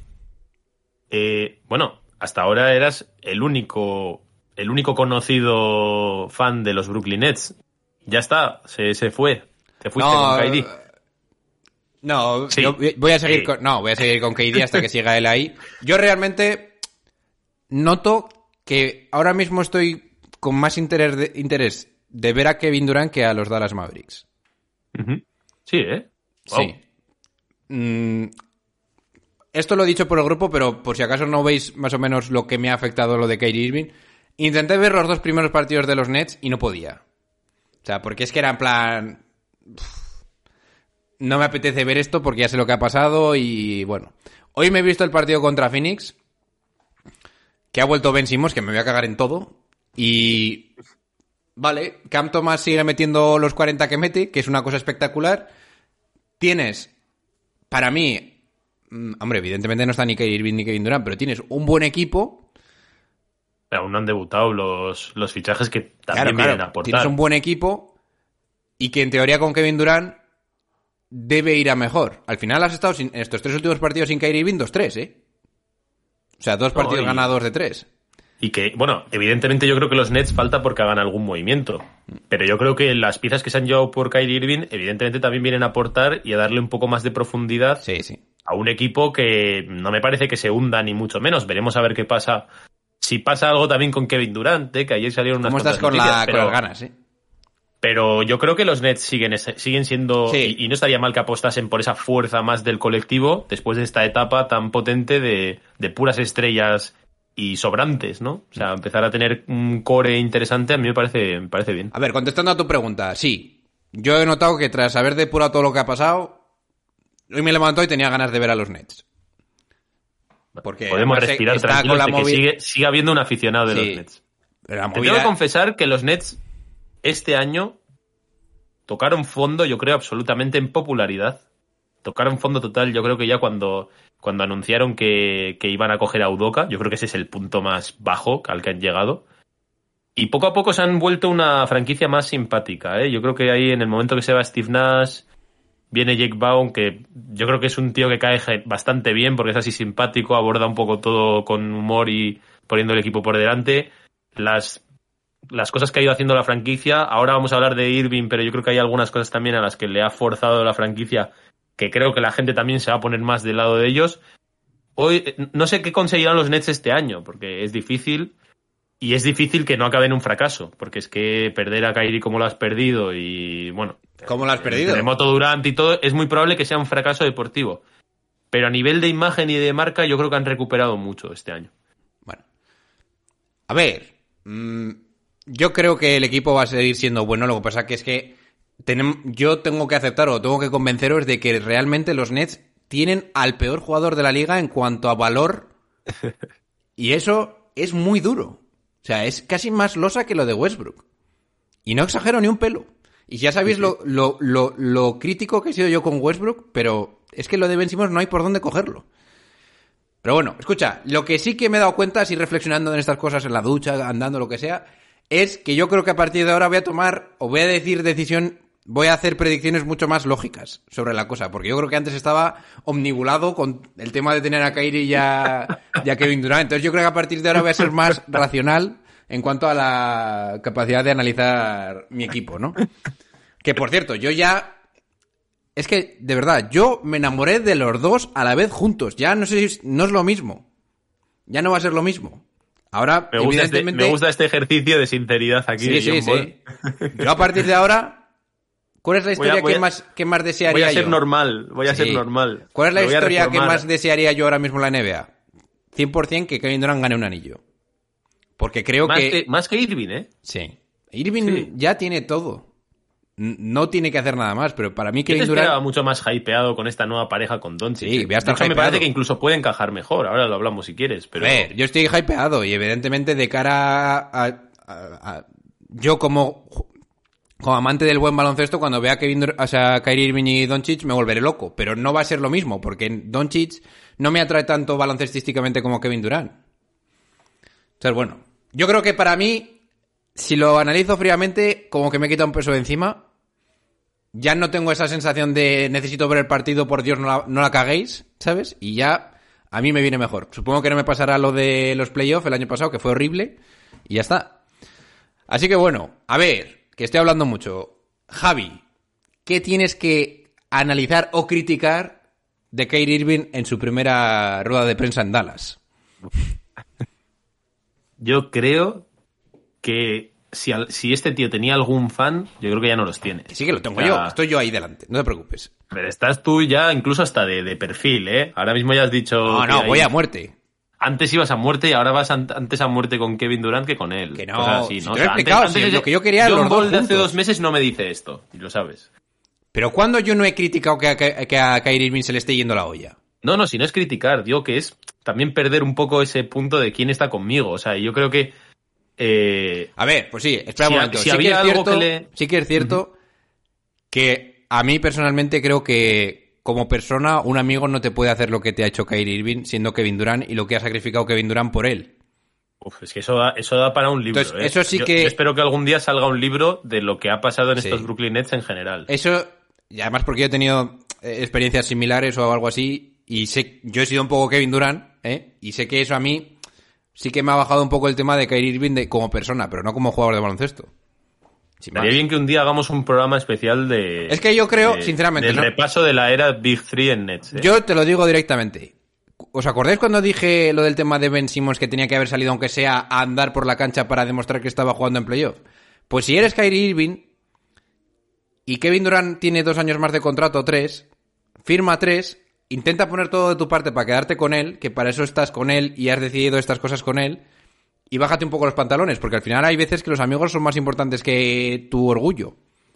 Eh, bueno, hasta ahora eras el único, el único conocido fan de los Brooklyn Nets. Ya está, se, se fue. Te fuiste no, con K D. No, sí. yo voy a seguir sí. con... No, voy a seguir con K D hasta que siga él ahí. Yo realmente noto que ahora mismo estoy con más interés de, interés de ver a Kevin Durant que a los Dallas Mavericks. Uh-huh. Sí, ¿eh? Wow. Sí. Mm, esto lo he dicho por el grupo, pero por si acaso no veis más o menos lo que me ha afectado lo de Kyrie Irving. Intenté ver los dos primeros partidos de los Nets y no podía. O sea, porque es que era en plan... No me apetece ver esto porque ya sé lo que ha pasado y bueno. Hoy me he visto el partido contra Phoenix, que ha vuelto Ben Simmons, que me voy a cagar en todo. Y... Vale, Cam Thomas sigue metiendo los cuarenta que mete, que es una cosa espectacular. Tienes, para mí, hombre, evidentemente no está ni Kyrie Irving ni Kevin Durant, pero tienes un buen equipo. Aún no han debutado los, los fichajes que también claro, vienen claro, a aportar. Tienes un buen equipo y que en teoría con Kevin Durant debe ir a mejor. Al final has estado sin, en estos tres últimos partidos sin Kyrie Irving dos tres, ¿eh? O sea, dos partidos no, y... ganados de tres. Y que, bueno, evidentemente yo creo que los Nets falta porque hagan algún movimiento. Pero yo creo que las piezas que se han llevado por Kyrie Irving evidentemente también vienen a aportar y a darle un poco más de profundidad sí, sí. a un equipo que no me parece que se hunda ni mucho menos. Veremos a ver qué pasa. Si pasa algo también con Kevin Durant, ¿eh? Que ayer salieron unas ¿Cómo estás cuantas con, noticias, la, pero, con las ganas, eh? Pero yo creo que los Nets siguen, siguen siendo... Sí. Y, y no estaría mal que apostasen por esa fuerza más del colectivo después de esta etapa tan potente de, de puras estrellas y sobrantes, ¿no? O sea, empezar a tener un core interesante a mí me parece, me parece bien. A ver, contestando a tu pregunta, sí. Yo he notado que tras haber depurado todo lo que ha pasado, hoy me levantó y tenía ganas de ver a los Nets. Porque podemos respirar está tranquilos con la de que movi- sigue, sigue habiendo un aficionado de Sí. los Nets. Pero la Te movida- tengo que confesar que los Nets este año tocaron fondo, yo creo, absolutamente en popularidad. Tocaron fondo total, yo creo que ya cuando, cuando anunciaron que, que iban a coger a Udoka, yo creo que ese es el punto más bajo al que han llegado. Y poco a poco se han vuelto una franquicia más simpática, ¿eh? Yo creo que ahí en el momento que se va Steve Nash, viene Jake Baum, que yo creo que es un tío que cae bastante bien porque es así simpático, aborda un poco todo con humor y poniendo el equipo por delante. Las, las cosas que ha ido haciendo la franquicia, ahora vamos a hablar de Irving, pero yo creo que hay algunas cosas también a las que le ha forzado la franquicia que creo que la gente también se va a poner más del lado de ellos. Hoy no sé qué conseguirán los Nets este año, porque es difícil y es difícil que no acabe en un fracaso, porque es que perder a Kyrie como lo has perdido y bueno... ¿Cómo lo has perdido? El terremoto Durant y todo, es muy probable que sea un fracaso deportivo. Pero a nivel de imagen y de marca, yo creo que han recuperado mucho este año. Bueno. A ver. Mmm, yo creo que el equipo va a seguir siendo bueno. Lo que pasa que es que tenem- yo tengo que aceptar o tengo que convenceros de que realmente los Nets tienen al peor jugador de la liga en cuanto a valor. Y eso es muy duro. O sea, es casi más losa que lo de Westbrook. Y no exagero ni un pelo. Y ya sabéis sí, sí. Lo, lo, lo, lo crítico que he sido yo con Westbrook, pero es que lo de Ben Simmons no hay por dónde cogerlo. Pero bueno, escucha, lo que sí que me he dado cuenta, así reflexionando en estas cosas, en la ducha, andando, lo que sea, es que yo creo que a partir de ahora voy a tomar, o voy a decir decisión, voy a hacer predicciones mucho más lógicas sobre la cosa, porque yo creo que antes estaba omnibulado con el tema de tener a Kyrie y a, y a Kevin Durant. Entonces yo creo que a partir de ahora voy a ser más racional en cuanto a la capacidad de analizar mi equipo, ¿no? Que, por cierto, yo ya... Es que, de verdad, yo me enamoré de los dos a la vez juntos. Ya no sé si... No es lo mismo. Ya no va a ser lo mismo. Ahora, Me gusta, evidentemente... este, me gusta este ejercicio de sinceridad aquí. Sí, de sí, John sí. Ball. Yo a partir de ahora... ¿Cuál es la Voy a- historia voy a- que, más, que más desearía Voy a ser yo? normal, voy a Sí. ser normal. ¿Cuál es la Me voy a historia que reformar. más desearía yo ahora mismo en la N B A? cien por ciento que Kevin Durant gane un anillo. Porque creo Más que... que... Más que Irving, ¿eh? Sí. Irving Sí. ya tiene todo. N- No tiene que hacer nada más, pero para mí Yo te Kevin esperaba Durant... mucho más hypeado con esta nueva pareja con Doncic. Sí, voy a estar De hecho, me hypeado. parece que incluso puede encajar mejor. Ahora lo hablamos si quieres, pero... A ver, yo estoy hypeado y evidentemente de cara a... a- a- a- yo como... Como amante del buen baloncesto, cuando vea a Kevin Dur- o sea, Kyrie Irving y Doncic me volveré loco, pero no va a ser lo mismo, porque Doncic no me atrae tanto baloncestísticamente como Kevin Durant. Entonces, bueno, yo creo que para mí, si lo analizo fríamente, como que me quita un peso de encima. Ya no tengo esa sensación de necesito ver el partido, por Dios, no la, no la caguéis, ¿sabes? Y ya a mí me viene mejor. Supongo que no me pasará lo de los playoffs el año pasado, que fue horrible, y ya está. Así que bueno, a ver, que estoy hablando mucho. Javi, ¿qué tienes que analizar o criticar de Kyrie Irving en su primera rueda de prensa en Dallas? Yo creo que si, al- si este tío tenía algún fan, yo creo que ya no los tiene. Que sí que lo tengo O sea, yo, estoy yo ahí delante, no te preocupes. Pero estás tú ya incluso hasta de, de perfil, ¿eh? Ahora mismo ya has dicho... No, que no, hay- voy a muerte. Antes ibas a muerte y ahora vas an- antes a muerte con Kevin Durant que con él. Que no, Cosas así, si ¿no? te lo he explicado, si lo que yo quería John los dos Ball de hace juntos. dos meses no me dice esto, y lo sabes. Pero ¿cuándo yo no he criticado que a, que a Kyrie Irving se le esté yendo la olla? No, no, si no es criticar, digo que es también perder un poco ese punto de quién está conmigo. O sea, yo creo que... Eh, A ver, pues sí, espera Si un ha- momento. si sí, que había es algo cierto, que le- sí que es cierto que a mí personalmente creo que como persona un amigo no te puede hacer lo que te ha hecho Kyrie Irving siendo Kevin Durant y lo que ha sacrificado Kevin Durant por él. uf, es que eso da, eso da para un libro. Entonces, ¿eh? eso sí Yo- que- yo espero que algún día salga un libro de lo que ha pasado en Sí. estos Brooklyn Nets en general. Eso, y además porque yo he tenido eh, experiencias similares o algo así y sé, yo he sido un poco Kevin Durant, ¿eh? Y sé que eso a mí sí que me ha bajado un poco el tema de Kyrie Irving de, como persona, pero no como jugador de baloncesto. Sin Estaría más. bien que un día hagamos un programa especial de... Es que yo creo, de- sinceramente, del ¿no? repaso de la era Big Three en Nets. ¿eh? Yo te lo digo directamente. ¿Os acordáis cuando dije lo del tema de Ben Simmons que tenía que haber salido aunque sea a andar por la cancha para demostrar que estaba jugando en playoff? Pues si eres Kyrie Irving y Kevin Durant tiene dos años más de contrato, tres, firma tres, intenta poner todo de tu parte para quedarte con él, que para eso estás con él y has decidido estas cosas con él, y bájate un poco los pantalones, porque al final hay veces que los amigos son más importantes que tu orgullo.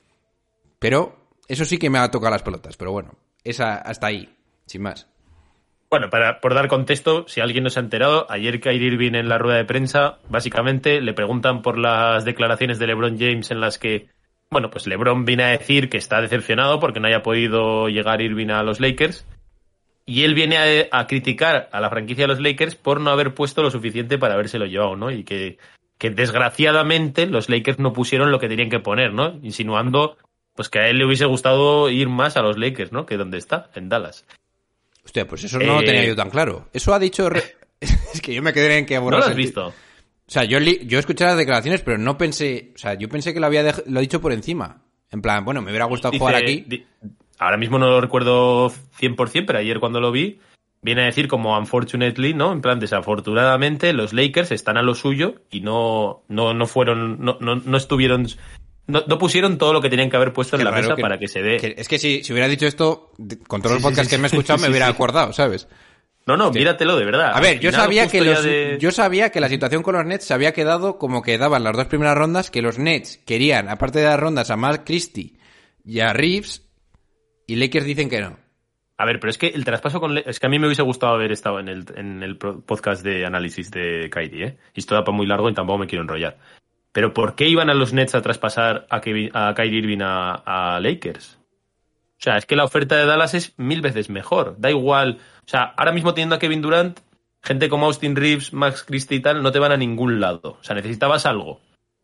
Pero eso sí que me ha tocado las pelotas, pero bueno, esa hasta ahí, sin más. Bueno, para, por dar contexto, si alguien no se ha enterado, ayer Kyrie Irving en la rueda de prensa, básicamente le preguntan por las declaraciones de LeBron James en las que, bueno, pues LeBron viene a decir que está decepcionado porque no haya podido llegar Irving a los Lakers, y él viene a, a criticar a la franquicia de los Lakers por no haber puesto lo suficiente para habérselo llevado, ¿no? Y que, que desgraciadamente los Lakers no pusieron lo que tenían que poner, ¿no? Insinuando pues que a él le hubiese gustado ir más a los Lakers, ¿no? Que donde está, en Dallas. Hostia, pues eso no lo Eh, tenía yo tan claro. Eso ha dicho... Re... es que yo me quedé en que... ¿No lo has visto? O sea, yo, li... yo escuché las declaraciones, pero no pensé... O sea, yo pensé que lo había dej... lo dicho por encima. En plan, bueno, me hubiera gustado Dice- jugar aquí. di- ahora mismo no lo recuerdo cien por ciento, pero ayer cuando lo vi, viene a decir como unfortunately, ¿no? En plan, desafortunadamente, los Lakers están a lo suyo y no, no, no fueron, no, no, no estuvieron, no, no pusieron todo lo que tenían que haber puesto Qué en la raro mesa que- para que se dé. que- es que si, si hubiera dicho esto, de- con todos Sí, los sí, podcasts sí, que me he sí, escuchado, sí, me hubiera sí. acordado, ¿sabes? No, no, Hostia. míratelo de verdad. A ver, Al yo final, sabía que justo los, ya de- yo sabía que la situación con los Nets se había quedado como quedaban las dos primeras rondas, que los Nets querían, aparte de las rondas, a Mark Christie y a Reeves, y Lakers dicen que no. A ver, pero es que el traspaso con... Le- Es que a mí me hubiese gustado haber estado en el, en el pro- podcast de análisis de Kyrie, ¿eh? Y esto da para muy largo y tampoco me quiero enrollar. Pero ¿por qué iban a los Nets a traspasar a, Kevin, a Kyrie Irving a, a Lakers? O sea, es que la oferta de Dallas es mil veces mejor. Da igual. O sea, ahora mismo teniendo a Kevin Durant, gente como Austin Reeves, Max Christie y tal, no te van a ningún lado. O sea, necesitabas algo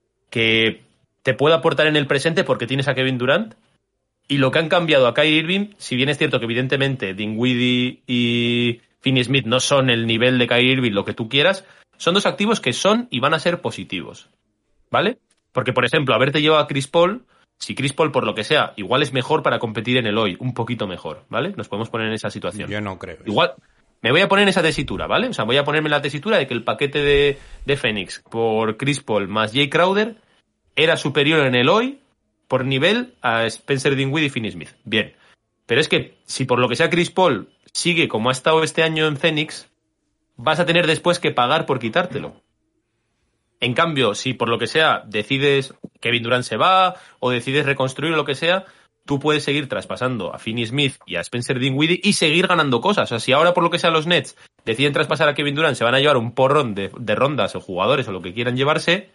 que te pueda aportar en el presente porque tienes a Kevin Durant. Y lo que han cambiado a Kyrie Irving, si bien es cierto que evidentemente Dinwiddie y Finney Smith no son el nivel de Kyrie Irving, lo que tú quieras, son dos activos que son y van a ser positivos. ¿Vale? Porque, por ejemplo, haberte llevado a Chris Paul, si Chris Paul, por lo que sea, igual es mejor para competir en el hoy, un poquito mejor, ¿vale? Nos podemos poner en esa situación. Yo no creo. eso. Igual, me voy a poner en esa tesitura, ¿vale? O sea, voy a ponerme en la tesitura de que el paquete de, de Phoenix por Chris Paul más Jay Crowder era superior en el hoy por nivel a Spencer Dinwiddie y Finney Smith. Bien. Pero es que si por lo que sea Chris Paul sigue como ha estado este año en Phoenix, vas a tener después que pagar por quitártelo. En cambio, si por lo que sea decides Kevin Durant se va o decides reconstruir lo que sea, tú puedes seguir traspasando a Finney Smith y a Spencer Dinwiddie y seguir ganando cosas. O sea, si ahora por lo que sea los Nets deciden traspasar a Kevin Durant, se van a llevar un porrón de, de rondas o jugadores o lo que quieran llevarse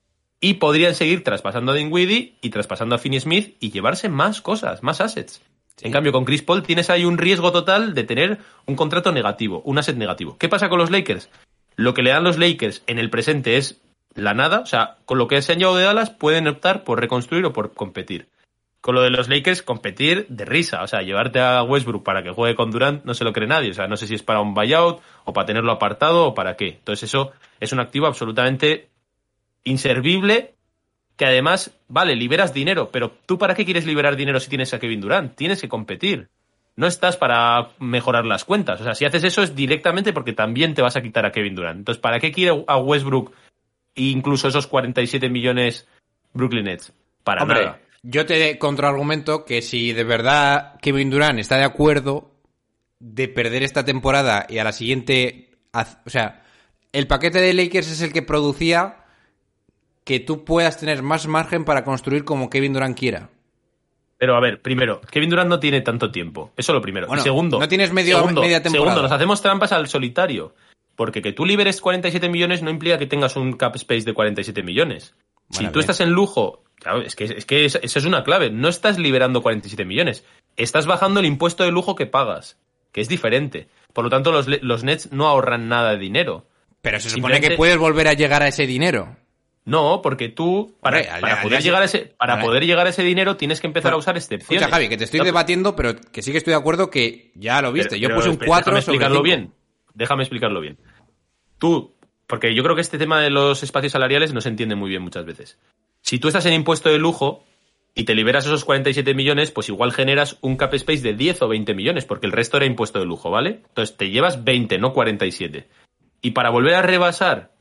y podrían seguir traspasando a Dinwiddie y traspasando a Finney Smith y llevarse más cosas, más assets. Sí. En cambio, con Chris Paul tienes ahí un riesgo total de tener un contrato negativo, un asset negativo. ¿Qué pasa con los Lakers? Lo que le dan los Lakers en el presente es la nada. O sea, con lo que se han llevado de Dallas pueden optar por reconstruir o por competir. Con lo de los Lakers, competir de risa. O sea, llevarte a Westbrook para que juegue con Durant no se lo cree nadie. O sea, no sé si es para un buyout o para tenerlo apartado o para qué. Entonces eso es un activo absolutamente inservible que además, vale, liberas dinero, pero ¿tú para qué quieres liberar dinero si tienes a Kevin Durant? Tienes que competir. No estás para mejorar las cuentas. O sea, si haces eso es directamente porque también te vas a quitar a Kevin Durant. Entonces, ¿para qué quiere a Westbrook e incluso esos cuarenta y siete millones Brooklyn Nets? Para Hombre, nada. yo te contraargumento que si de verdad Kevin Durant está de acuerdo de perder esta temporada y a la siguiente... haz- O sea, el paquete de Lakers es el que producía que tú puedas tener más margen para construir como Kevin Durant quiera. Pero a ver, primero, Kevin Durant no tiene tanto tiempo. Eso lo primero. Bueno, y segundo, no tienes medio- segundo, media temporada. Segundo, nos hacemos trampas al solitario. Porque que tú liberes cuarenta y siete millones no implica que tengas un cap space de cuarenta y siete millones. Si Bueno, tú bien. estás en lujo, claro, es que, es que esa esa es una clave. No estás liberando cuarenta y siete millones. Estás bajando el impuesto de lujo que pagas, que es diferente. Por lo tanto, los, le- los Nets no ahorran nada de dinero. Pero se supone Simplemente- que puedes volver a llegar a ese dinero. No, porque tú, para, Hombre, al- para al- poder al- llegar a ese, para al- poder llegar a ese dinero tienes que empezar Bueno, a usar excepciones. Escucha, Javi, que te estoy No, debatiendo, pero que sí que estoy de acuerdo que ya lo viste. Pero- Yo pero puse un espera, cuatro déjame sobre explicarlo cinco. bien. Déjame explicarlo bien. Tú, porque yo creo que este tema de los espacios salariales no se entiende muy bien muchas veces. si tú estás en impuesto de lujo y te liberas esos cuarenta y siete millones, pues igual generas un cap space de diez o veinte millones, porque el resto era impuesto de lujo, ¿vale? Entonces te llevas veinte, no cuarenta y siete. Y para volver a rebasar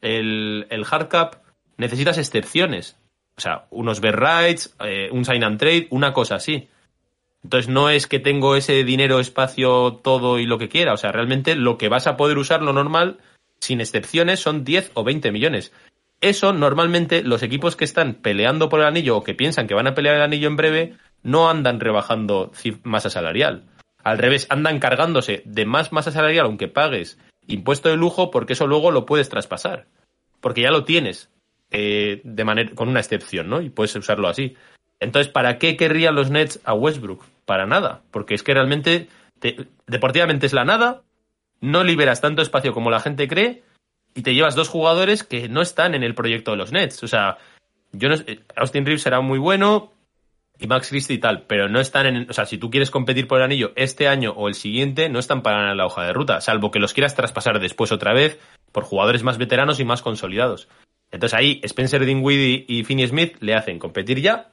el, el hard cap, necesitas excepciones. O sea, unos bet rights, eh, un sign and trade, una cosa así. Entonces no es que tengo ese dinero, espacio, todo y lo que quiera. O sea, realmente lo que vas a poder usar, lo normal, sin excepciones, son diez o veinte millones. Eso, normalmente, los equipos que están peleando por el anillo o que piensan que van a pelear el anillo en breve, no andan rebajando masa salarial. Al revés, andan cargándose de más masa salarial, aunque pagues impuesto de lujo, porque eso luego lo puedes traspasar. Porque ya lo tienes, eh, de manera, con una excepción, ¿no? Y puedes usarlo así. Entonces, ¿para qué querrían los Nets a Westbrook? Para nada. Porque es que realmente, te, deportivamente es la nada, no liberas tanto espacio como la gente cree, y te llevas dos jugadores que no están en el proyecto de los Nets. O sea, yo no, Austin Reeves será muy bueno y Max Christie y tal, pero no están en... O sea, si tú quieres competir por el anillo este año o el siguiente, no están para la hoja de ruta, salvo que los quieras traspasar después otra vez por jugadores más veteranos y más consolidados. Entonces ahí Spencer Dinwiddie y Finney Smith le hacen competir ya,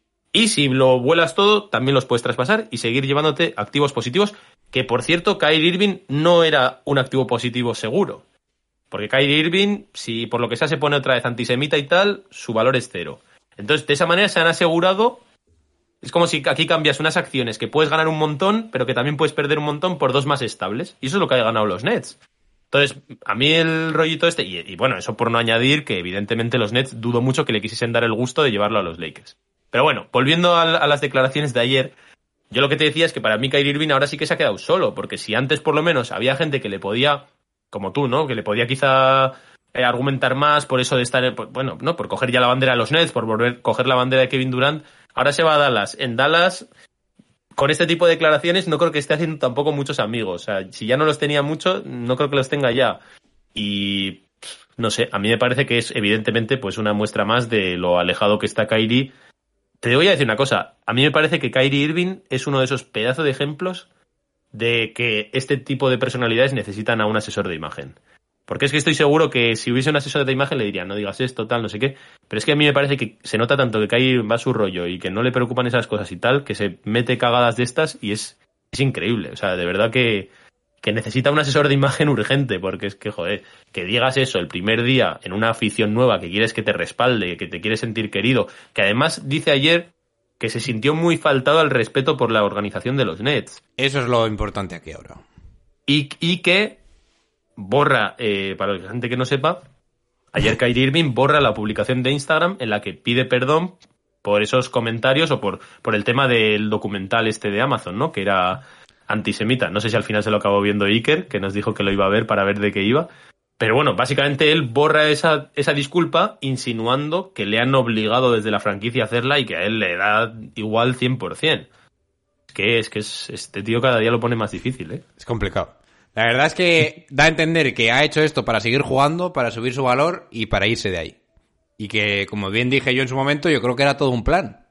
y si lo vuelas todo, también los puedes traspasar y seguir llevándote activos positivos, que por cierto, Kyrie Irving no era un activo positivo seguro. Porque Kyrie Irving, si por lo que sea se pone otra vez antisemita y tal, su valor es cero. Entonces, de esa manera se han asegurado... Es como si aquí cambias unas acciones que puedes ganar un montón, pero que también puedes perder un montón por dos más estables. Y eso es lo que han ganado los Nets. Entonces, a mí el rollito este... Y, y bueno, eso por no añadir que evidentemente los Nets dudo mucho que le quisiesen dar el gusto de llevarlo a los Lakers. Pero bueno, volviendo a, a las declaraciones de ayer, yo lo que te decía es que para mí Kyrie Irving ahora sí que se ha quedado solo. Porque si antes por lo menos había gente que le podía... como tú, ¿no? Que le podía quizá eh, argumentar más por eso de estar, eh, por, bueno, no, por coger ya la bandera de los Nets, por volver a coger la bandera de Kevin Durant. Ahora se va a Dallas. En Dallas, con este tipo de declaraciones, no creo que esté haciendo tampoco muchos amigos. O sea, si ya no los tenía mucho, no creo que los tenga ya. Y, no sé, a mí me parece que es evidentemente pues una muestra más de lo alejado que está Kyrie. Te voy a decir una cosa. A mí me parece que Kyrie Irving es uno de esos pedazos de ejemplos de que este tipo de personalidades necesitan a un asesor de imagen. Porque es que estoy seguro que si hubiese un asesor de imagen le dirían, no digas esto, tal, no sé qué. Pero es que a mí me parece que se nota tanto que Kyrie va a su rollo y que no le preocupan esas cosas y tal, que se mete cagadas de estas y es, es increíble. O sea, de verdad que, que necesita un asesor de imagen urgente, porque es que, joder, que digas eso el primer día en una afición nueva que quieres que te respalde, que te quieres sentir querido, que además dice ayer que se sintió muy faltado al respeto por la organización de los Nets. Eso es lo importante aquí ahora. Y, y que borra, eh, para la gente que no sepa, ayer Kyrie Irving borra la publicación de Instagram en la que pide perdón por esos comentarios o por, por el tema del documental este de Amazon, ¿no? Que era antisemita. No sé si al final se lo acabó viendo Iker, que nos dijo que lo iba a ver para ver de qué iba. Pero bueno, básicamente él borra esa, esa disculpa insinuando que le han obligado desde la franquicia a hacerla y que a él le da igual cien por ciento. Es que, es que es, este tío cada día lo pone más difícil, ¿eh? Es complicado. La verdad es que da a entender que ha hecho esto para seguir jugando, para subir su valor y para irse de ahí. Y que, como bien dije yo en su momento, yo creo que era todo un plan.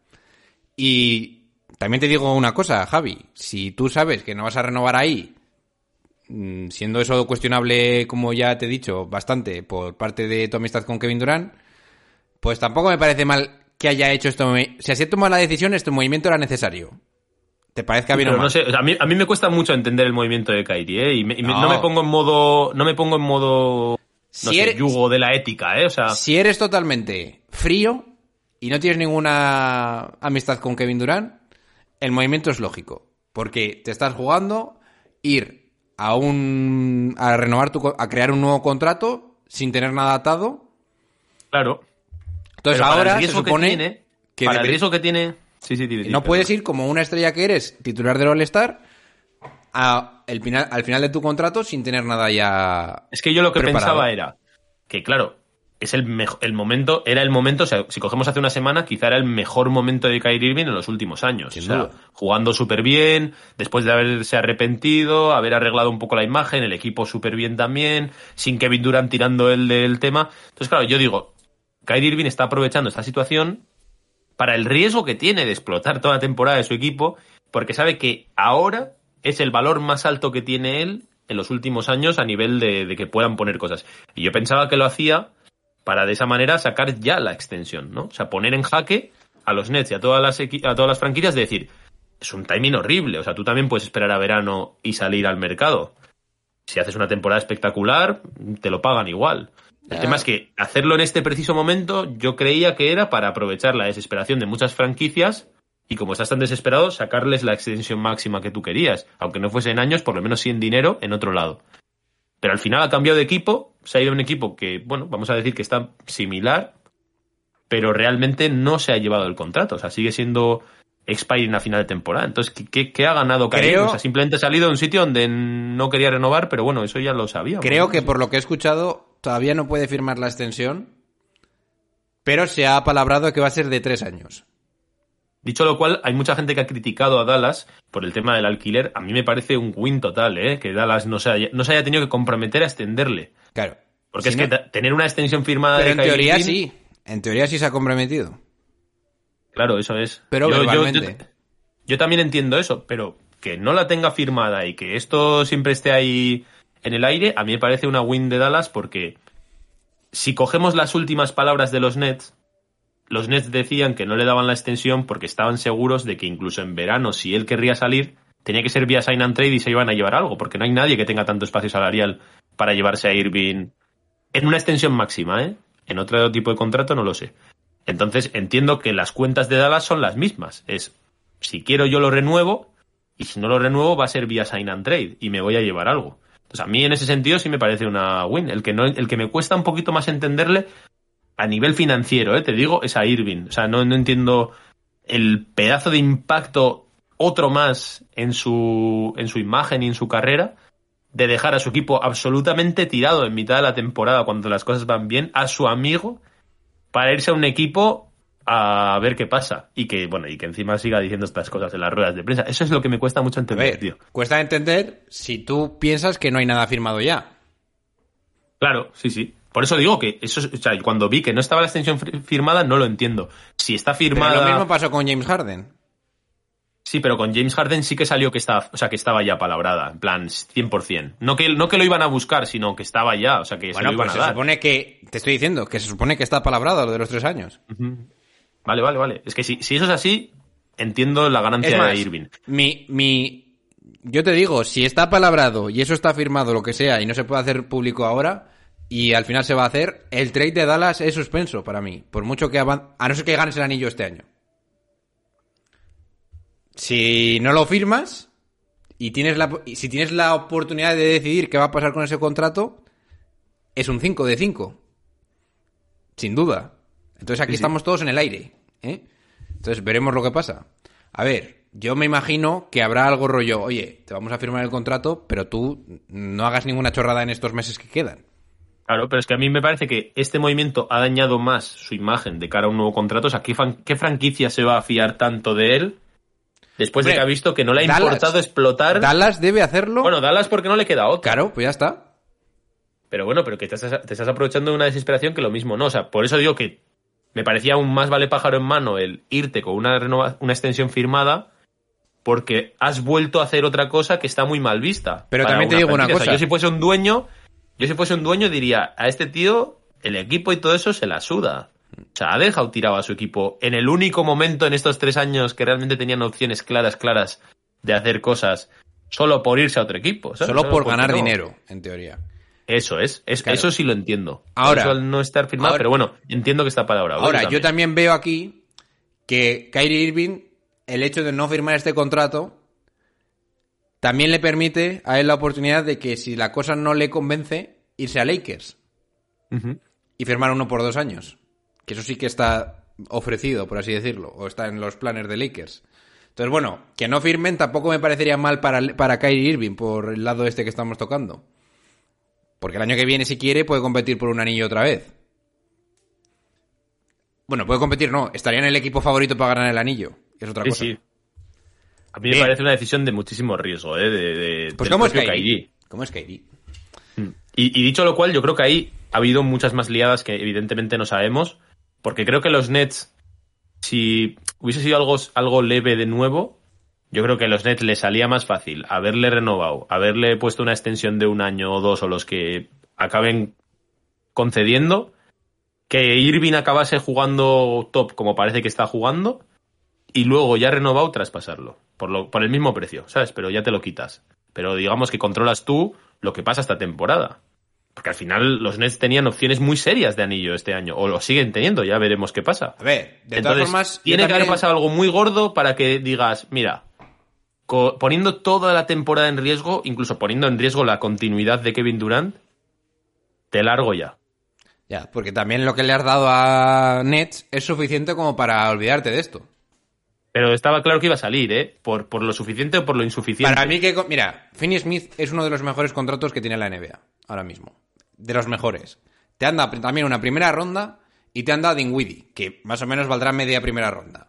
Y también te digo una cosa, Javi. Si tú sabes que no vas a renovar ahí, siendo eso cuestionable, como ya te he dicho, bastante por parte de tu amistad con Kevin Durant, pues tampoco me parece mal que haya hecho esto. Si así tomado la decisión, este movimiento era necesario. ¿Te parezca bien o mal? No sé, a mí, a mí me cuesta mucho entender el movimiento de Kyrie, ¿eh? Y, me, y no. no me pongo en modo, no me pongo en modo, no si sé, eres, yugo de la ética, ¿eh? O sea, si eres totalmente frío y no tienes ninguna amistad con Kevin Durant, el movimiento es lógico, porque te estás jugando ir a un a renovar tu a crear un nuevo contrato sin tener nada atado. Claro. Entonces ahora se supone que, tiene, que para debe, el riesgo que tiene, sí, sí, sí, sí, no puedes ir como una estrella que eres, titular del All-Star, a el final, al final de tu contrato sin tener nada ya. Es que yo lo que preparado. Pensaba era que, claro, es el mejor, el momento, era el momento, o sea, si cogemos hace una semana, quizá era el mejor momento de Kyrie Irving en los últimos años. Sin o sea, duda. Jugando súper bien, después de haberse arrepentido, haber arreglado un poco la imagen, el equipo súper bien también, sin Kevin Durant tirando el del tema. Entonces, claro, yo digo, Kyrie Irving está aprovechando esta situación para el riesgo que tiene de explotar toda la temporada de su equipo, porque sabe que ahora es el valor más alto que tiene él en los últimos años a nivel de, de que puedan poner cosas. Y yo pensaba que lo hacía para de esa manera sacar ya la extensión, ¿no? O sea, poner en jaque a los Nets y a todas las equi- a todas las franquicias de decir, es un timing horrible, o sea, tú también puedes esperar a verano y salir al mercado. Si haces una temporada espectacular, te lo pagan igual. El Ah. tema es que hacerlo en este preciso momento yo creía que era para aprovechar la desesperación de muchas franquicias y como estás tan desesperado, sacarles la extensión máxima que tú querías. Aunque no fuese en años, por lo menos sí en dinero en otro lado. Pero al final ha cambiado de equipo, se ha ido a un equipo que, bueno, vamos a decir que está similar, pero realmente no se ha llevado el contrato. O sea, sigue siendo expiring a final de temporada. Entonces, ¿qué, qué, qué ha ganado Kyrie? Creo- O sea, simplemente ha salido de un sitio donde no quería renovar, pero bueno, eso ya lo sabíamos. Creo ¿no? que por lo que he escuchado, todavía no puede firmar la extensión, pero se ha apalabrado que va a ser de tres años. Dicho lo cual, hay mucha gente que ha criticado a Dallas por el tema del alquiler. A mí me parece un win total, ¿eh? Que Dallas no se haya, no se haya tenido que comprometer a extenderle. Claro. Porque Si es que no- ta- tener una extensión firmada Pero de en Kyrie teoría Irving- sí. En teoría sí se ha comprometido. Claro, eso es. Pero yo, yo- verbalmente. yo- yo también entiendo eso, pero que no la tenga firmada y que esto siempre esté ahí en el aire, a mí me parece una win de Dallas porque si cogemos las últimas palabras de los Nets, los Nets decían que no le daban la extensión porque estaban seguros de que incluso en verano, si él querría salir, tenía que ser vía sign and trade y se iban a llevar algo, porque no hay nadie que tenga tanto espacio salarial para llevarse a Irving en una extensión máxima, ¿eh? En otro tipo de contrato no lo sé. Entonces entiendo que las cuentas de Dallas son las mismas. Es, si quiero yo lo renuevo, y si no lo renuevo va a ser vía sign and trade y me voy a llevar algo. Entonces a mí en ese sentido sí me parece una win. El que, no, el que me cuesta un poquito más entenderle a nivel financiero, ¿eh? Te digo, es a Irving. O sea, no, no entiendo el pedazo de impacto, otro más en su, en su imagen y en su carrera, de dejar a su equipo absolutamente tirado en mitad de la temporada cuando las cosas van bien, a su amigo, para irse a un equipo a ver qué pasa. Y que, bueno, y que encima siga diciendo estas cosas en las ruedas de prensa. Eso es lo que me cuesta mucho A entender, ver, tío. cuesta entender si tú piensas que no hay nada firmado ya. Claro, sí, sí. Por eso digo que eso, es- o sea, cuando vi que no estaba la extensión fir- firmada, no lo entiendo. Si está Pero firmada. lo mismo pasó con James Harden. Sí, pero con James Harden sí que salió que estaba, o sea, que estaba ya palabrada, en plan cien por ciento. No que, no que lo iban a buscar, sino que estaba ya, o sea, que se Bueno, lo iban pues a se dar. supone que... Te estoy diciendo que se supone que está palabrado lo de los tres años. Vale, vale, vale. Es que si, si eso es así, entiendo la ganancia Es más, de Irving. mi, mi... Yo te digo, si está palabrado y eso está firmado, lo que sea, y no se puede hacer público ahora, y al final se va a hacer, el trade de Dallas es suspenso para mí. Por mucho que avan... A no ser que ganes el anillo este año. Si no lo firmas y tienes la, y si tienes la oportunidad de decidir qué va a pasar con ese contrato, es un cinco de cinco. Sin duda. Entonces aquí Sí, sí. estamos todos en el aire, ¿eh? Entonces veremos lo que pasa. A ver, yo me imagino que habrá algo rollo, oye, te vamos a firmar el contrato, pero tú no hagas ninguna chorrada en estos meses que quedan. Claro, pero es que a mí me parece que este movimiento ha dañado más su imagen de cara a un nuevo contrato. O sea, ¿qué, fan- qué franquicia se va a fiar tanto de él después Hombre, de que ha visto que no le ha Dallas- importado explotar? Dallas debe hacerlo. Bueno, Dallas porque no le queda otra. Claro, pues ya está. Pero bueno, pero que te estás, te estás aprovechando de una desesperación que lo mismo no. O sea, por eso digo que me parecía aún más vale pájaro en mano el irte con una, renova- una extensión firmada porque has vuelto a hacer otra cosa que está muy mal vista. Pero para también te digo una franquicia. O sea, cosa. yo si fuese un dueño, yo si fuese un dueño diría, a este tío el equipo y todo eso se la suda. O sea, ha dejado tirado a su equipo en el único momento en estos tres años que realmente tenían opciones claras, claras de hacer cosas solo por irse a otro equipo. ¿sabes? Solo por porque ganar no. dinero, en teoría. Eso es, es Claro. eso sí lo entiendo. Ahora- Eso al no estar firmado, ahora- pero bueno, entiendo que está palabra. Ahora, yo también veo aquí que Kyrie Irving, el hecho de no firmar este contrato, también le permite a él la oportunidad de que si la cosa no le convence, irse a Lakers y firmar uno por dos años. Que eso sí que está ofrecido, por así decirlo, o está en los planes de Lakers. Entonces, bueno, que no firmen tampoco me parecería mal para, para Kyrie Irving por el lado este que estamos tocando. Porque el año que viene, si quiere, puede competir por un anillo otra vez. Bueno, puede competir, no. Estaría en el equipo favorito para ganar el anillo. Es otra Sí, cosa. sí. A mí Bien. me parece una decisión de muchísimo riesgo, ¿eh? De, de- Pues del ¿cómo es propio Kyrie? Kyrie. ¿Cómo es Kyrie? Y, y dicho lo cual, yo creo que ahí ha habido muchas más liadas que evidentemente no sabemos, porque creo que los Nets, si hubiese sido algo, algo leve de nuevo, yo creo que a los Nets les salía más fácil haberle renovado, haberle puesto una extensión de un año o dos o los que acaben concediendo, que Irving acabase jugando top como parece que está jugando y luego ya renovado traspasarlo por, lo, por el mismo precio, ¿sabes? Pero ya te lo quitas. Pero digamos que controlas tú lo que pasa esta temporada. Porque al final los Nets tenían opciones muy serias de anillo este año. O lo siguen teniendo, ya veremos qué pasa. A ver, de Entonces, todas formas... tiene que también... haber pasado algo muy gordo para que digas, mira, co- poniendo toda la temporada en riesgo, incluso poniendo en riesgo la continuidad de Kevin Durant, te largo ya. Ya, porque también lo que le has dado a Nets es suficiente como para olvidarte de esto. Pero estaba claro que iba a salir, ¿eh? Por, por lo suficiente o por lo insuficiente. Para mí que... Mira, Finney Smith es uno de los mejores contratos que tiene la N B A ahora mismo. De los mejores. Te han dado también una primera ronda y te han dado Dinwiddie, que más o menos valdrá media primera ronda.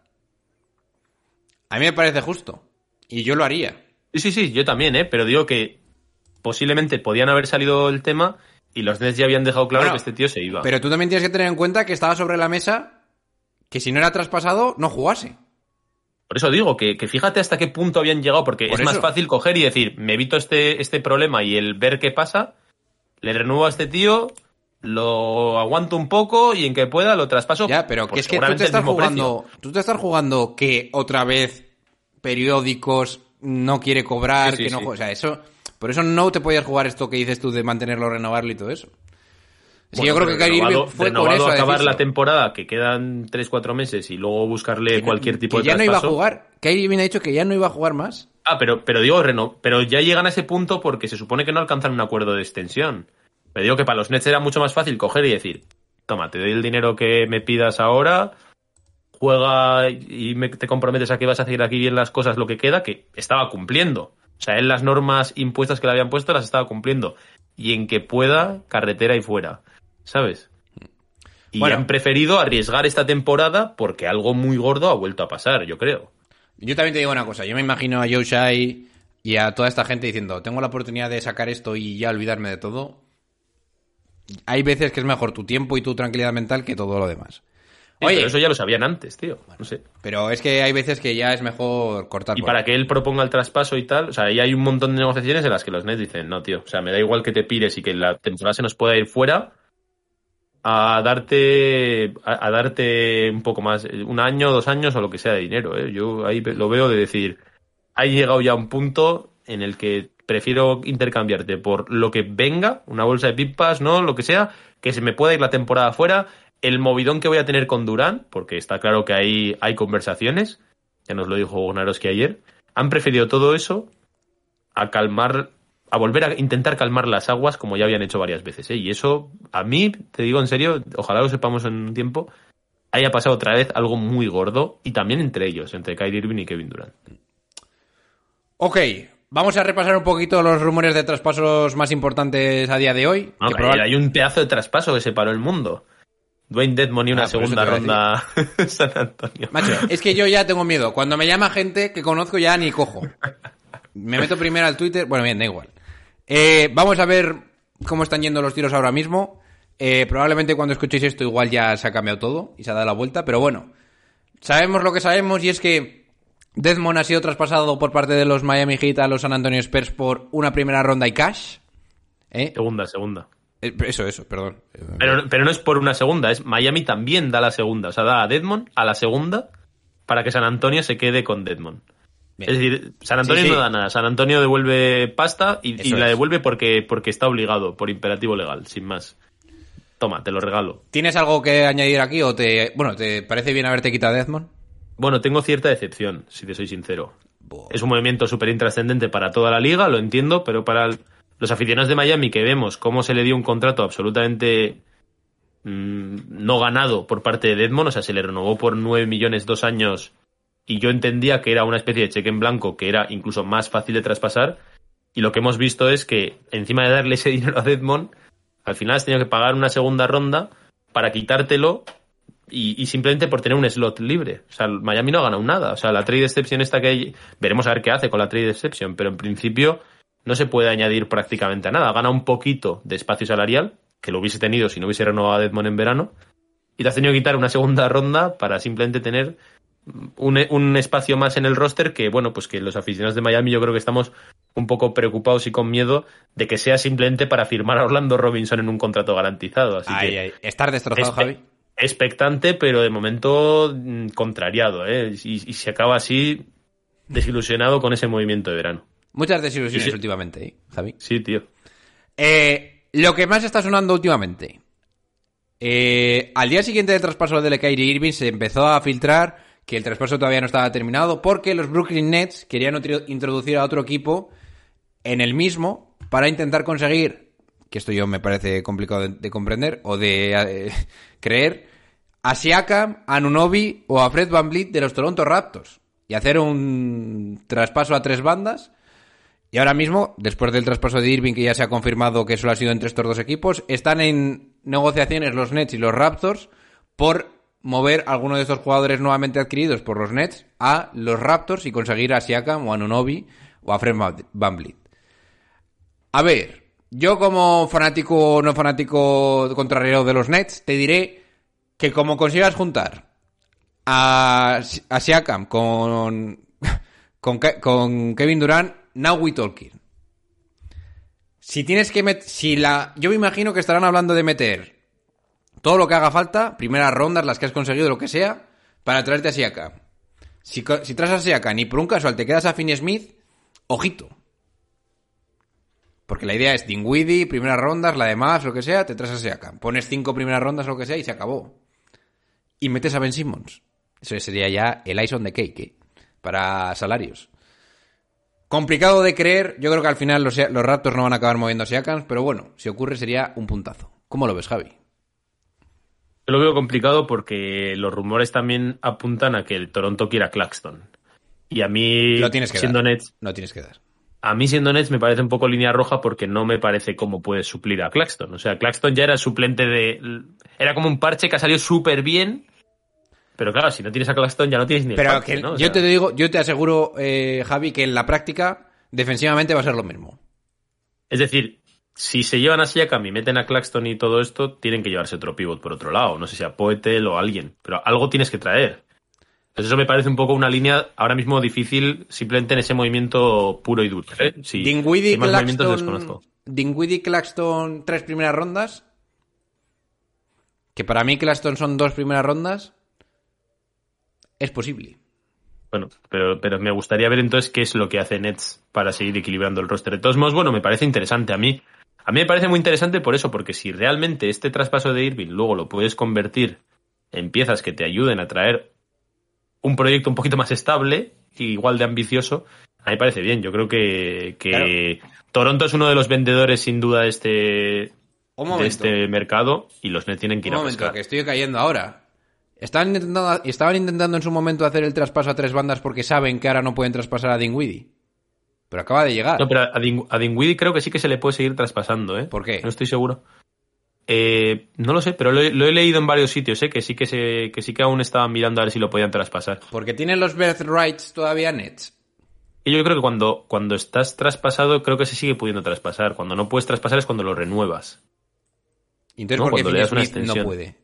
A mí me parece justo. Y yo lo haría. Sí, sí, sí, yo también, ¿eh? Pero digo que posiblemente podían haber salido el tema y los Nets ya habían dejado claro Bueno, que este tío se iba. Pero tú también tienes que tener en cuenta que estaba sobre la mesa que si no era traspasado, no jugase. Por eso digo que, que fíjate hasta qué punto habían llegado, porque Por es más eso. fácil coger y decir, me evito este, este problema y el ver qué pasa, le renuevo a este tío, lo aguanto un poco y en que pueda lo traspaso. Ya, pero por que es que tú seguramente te estás el mismo jugando, precio. tú te estás jugando que otra vez periódicos no quiere cobrar, Sí, sí, que no, sí. o sea, eso, por eso no te podías jugar esto que dices tú de mantenerlo, renovarlo y todo eso. Es que Bueno, yo creo pero que Kyrie Irving renovado- fue con renovado eso a acabar decirlo. la temporada, que quedan tres cuatro meses y luego buscarle Que no- cualquier tipo que de ya no iba a traspaso. jugar. Kyrie Irving ha dicho que ya no iba a jugar más. Ah, pero, pero digo, Reno, pero ya llegan a ese punto porque se supone que no alcanzan un acuerdo de extensión. Pero digo que para los Nets era mucho más fácil coger y decir, toma, te doy el dinero que me pidas ahora, juega y me- te comprometes a que vas a hacer aquí bien las cosas, lo que queda, que estaba cumpliendo. O sea, él las normas impuestas que le habían puesto las estaba cumpliendo. Y en que pueda, carretera y fuera. ¿Sabes? Y Bueno. han preferido arriesgar esta temporada porque algo muy gordo ha vuelto a pasar, yo creo. Yo también te digo una cosa, yo me imagino a Joe Shai y a toda esta gente diciendo, tengo la oportunidad de sacar esto y ya olvidarme de todo. Hay veces que es mejor tu tiempo y tu tranquilidad mental que todo lo demás. Sí, Oye, pero eso ya lo sabían antes, tío. No sé. pero es que hay veces que ya es mejor cortar. Y por para ahí. que él proponga el traspaso y tal, o sea, ahí hay un montón de negociaciones en las que los Nets dicen, no, tío, o sea, me da igual que te pires y que la temporada se nos pueda ir fuera a darte a, a darte un poco más, un año, dos años o lo que sea de dinero, ¿eh? Yo ahí lo veo de decir, ha llegado ya un punto en el que prefiero intercambiarte por lo que venga, una bolsa de pipas, ¿no? Lo que sea, que se me pueda ir la temporada fuera, el movidón que voy a tener con Durant, porque está claro que ahí hay conversaciones, ya nos lo dijo Gonarowski ayer, han preferido todo eso a calmar, a volver a intentar calmar las aguas como ya habían hecho varias veces, ¿eh? Y eso, a mí, te digo en serio, ojalá lo sepamos en un tiempo, haya pasado otra vez algo muy gordo, y también entre ellos, entre Kyrie Irving y Kevin Durant. Ok, vamos a repasar un poquito los rumores de traspasos más importantes a día de hoy. No, que que probable- hay un pedazo de traspaso que separó el mundo. Dwayne Dedmon y una Ah, por eso segunda te iba a ronda San Antonio. Macho, es que yo ya tengo miedo. Cuando me llama gente que conozco ya ni cojo. Me meto primero al Twitter. Bueno, bien, da igual. Eh, vamos a ver cómo están yendo los tiros ahora mismo. Eh, probablemente cuando escuchéis esto igual ya se ha cambiado todo y se ha dado la vuelta. Pero bueno, sabemos lo que sabemos y es que Dedmon ha sido traspasado por parte de los Miami Heat a los San Antonio Spurs por una primera ronda y cash. ¿Eh? Segunda, segunda. Eh, Eso, eso, perdón. Pero, pero no es por una segunda, es Miami también da la segunda. O sea, da a Dedmon a la segunda para que San Antonio se quede con Dedmon. Bien. Es decir, San Antonio Sí, sí. no da nada. San Antonio devuelve pasta y, y Eso la es. devuelve porque, porque está obligado, por imperativo legal, sin más. Toma, te lo regalo. ¿Tienes algo que añadir aquí o te... Bueno, ¿te parece bien haberte quitado a Dedmon? Bueno, tengo cierta decepción, si te soy sincero. Buah. Es un movimiento súper intrascendente para toda la liga, lo entiendo, pero para el- los aficionados de Miami que vemos cómo se le dio un contrato absolutamente mmm, no ganado por parte de Dedmon, o sea, se le renovó por nueve millones dos años y yo entendía que era una especie de cheque en blanco que era incluso más fácil de traspasar y lo que hemos visto es que encima de darle ese dinero a Dedmon, al final has tenido que pagar una segunda ronda para quitártelo y, y simplemente por tener un slot libre. O sea, Miami no ha ganado nada. O sea, la trade exception esta que hay, veremos a ver qué hace con la trade exception, pero en principio no se puede añadir prácticamente a nada. Gana un poquito de espacio salarial, que lo hubiese tenido si no hubiese renovado a Dedmon en verano, y te has tenido que quitar una segunda ronda para simplemente tener un, un espacio más en el roster que, bueno, pues que los aficionados de Miami yo creo que estamos un poco preocupados y con miedo de que sea simplemente para firmar a Orlando Robinson en un contrato garantizado. Así Ay, que ay. Estar destrozado, espe- Javi. expectante, pero de momento mm, contrariado, ¿eh? Y, y se acaba así desilusionado con ese movimiento de verano. Muchas desilusiones Sí, sí. últimamente, ¿eh, Javi? Sí, tío. Eh, lo que más está sonando últimamente. Eh, al día siguiente del traspaso de Kyrie Irving se empezó a filtrar que el traspaso todavía no estaba terminado porque los Brooklyn Nets querían otro- introducir a otro equipo en el mismo para intentar conseguir, que esto yo me parece complicado de, de comprender o de eh, creer, a Siakam, a Anunoby o a Fred VanVleet de los Toronto Raptors y hacer un traspaso a tres bandas. Y ahora mismo, después del traspaso de Irving, que ya se ha confirmado que solo ha sido entre estos dos equipos, están en negociaciones los Nets y los Raptors por mover a alguno de estos jugadores nuevamente adquiridos por los Nets a los Raptors y conseguir a Siakam o a Anunoby o a Fred VanVleet. A ver, yo como fanático o no fanático contrario de los Nets, te diré que como consigas juntar a, a Siakam con, con, con Kevin Durant, now we talking. Si tienes que meter... Si la... Yo me imagino que estarán hablando de meter todo lo que haga falta, primeras rondas, las que has conseguido, lo que sea, para traerte a Siakam. Si, si traes a Siakam y por un casual te quedas a Finney Smith, ojito. Porque la idea es Dinwiddie, primeras rondas, la demás, lo que sea, te traes a Siakam. Pones cinco primeras rondas, lo que sea, y se acabó. Y metes a Ben Simmons. Eso sería ya el ice on the cake, ¿eh? Para salarios. Complicado de creer. Yo creo que al final los, los Raptors no van a acabar moviendo a Siakam, pero bueno, si ocurre sería un puntazo. ¿Cómo lo ves, Javi? Yo lo veo complicado porque los rumores también apuntan a que el Toronto quiera Claxton. Y a mí, Lo tienes que siendo dar. Nets, No tienes que dar. a mí siendo Nets me parece un poco línea roja porque no me parece cómo puede suplir a Claxton. O sea, Claxton ya era suplente de... Era como un parche que ha salido súper bien. Pero claro, si no tienes a Claxton ya no tienes ni el Pero parche, que ¿no? O yo sea, te digo, yo te aseguro, eh, Javi, que en la práctica defensivamente va a ser lo mismo. Es decir, si se llevan a Siakam y meten a Claxton y todo esto, tienen que llevarse otro pivot por otro lado. No sé si a Poeltl o a alguien. Pero algo tienes que traer. Entonces eso me parece un poco una línea ahora mismo difícil simplemente en ese movimiento puro y duro. ¿eh? Sí, Dinwiddie, hay más movimientos Claxton, desconozco. Dinwiddie, Claxton, tres primeras rondas. Que para mí Claxton son dos primeras rondas. Es posible. Bueno, pero, pero me gustaría ver entonces qué es lo que hace Nets para seguir equilibrando el roster. De todos modos, bueno, me parece interesante a mí. A mí me parece muy interesante por eso, porque si realmente este traspaso de Irving luego lo puedes convertir en piezas que te ayuden a traer un proyecto un poquito más estable y igual de ambicioso, a mí me parece bien. Yo creo que, que claro. Toronto es uno de los vendedores sin duda de este, de este mercado y los Nets tienen que ir un a momento, pescar. Que estoy cayendo ahora. Estaban intentando, estaban intentando en su momento hacer el traspaso a tres bandas porque saben que ahora no pueden traspasar a Dinwiddie. Pero acaba de llegar. No, pero a, Din, a Dinwiddie creo que sí que se le puede seguir traspasando, ¿eh? ¿Por qué? No estoy seguro. Eh, no lo sé, pero lo, lo he leído en varios sitios, ¿eh? Que sí que, se, que sí que aún estaban mirando a ver si lo podían traspasar. Porque tienen los birthrights todavía Nets. Y yo creo que cuando, cuando estás traspasado, creo que se sigue pudiendo traspasar. Cuando no puedes traspasar es cuando lo renuevas. ¿Y entonces ¿no? por qué Cuando le das Finney una Smith no extensión. puede?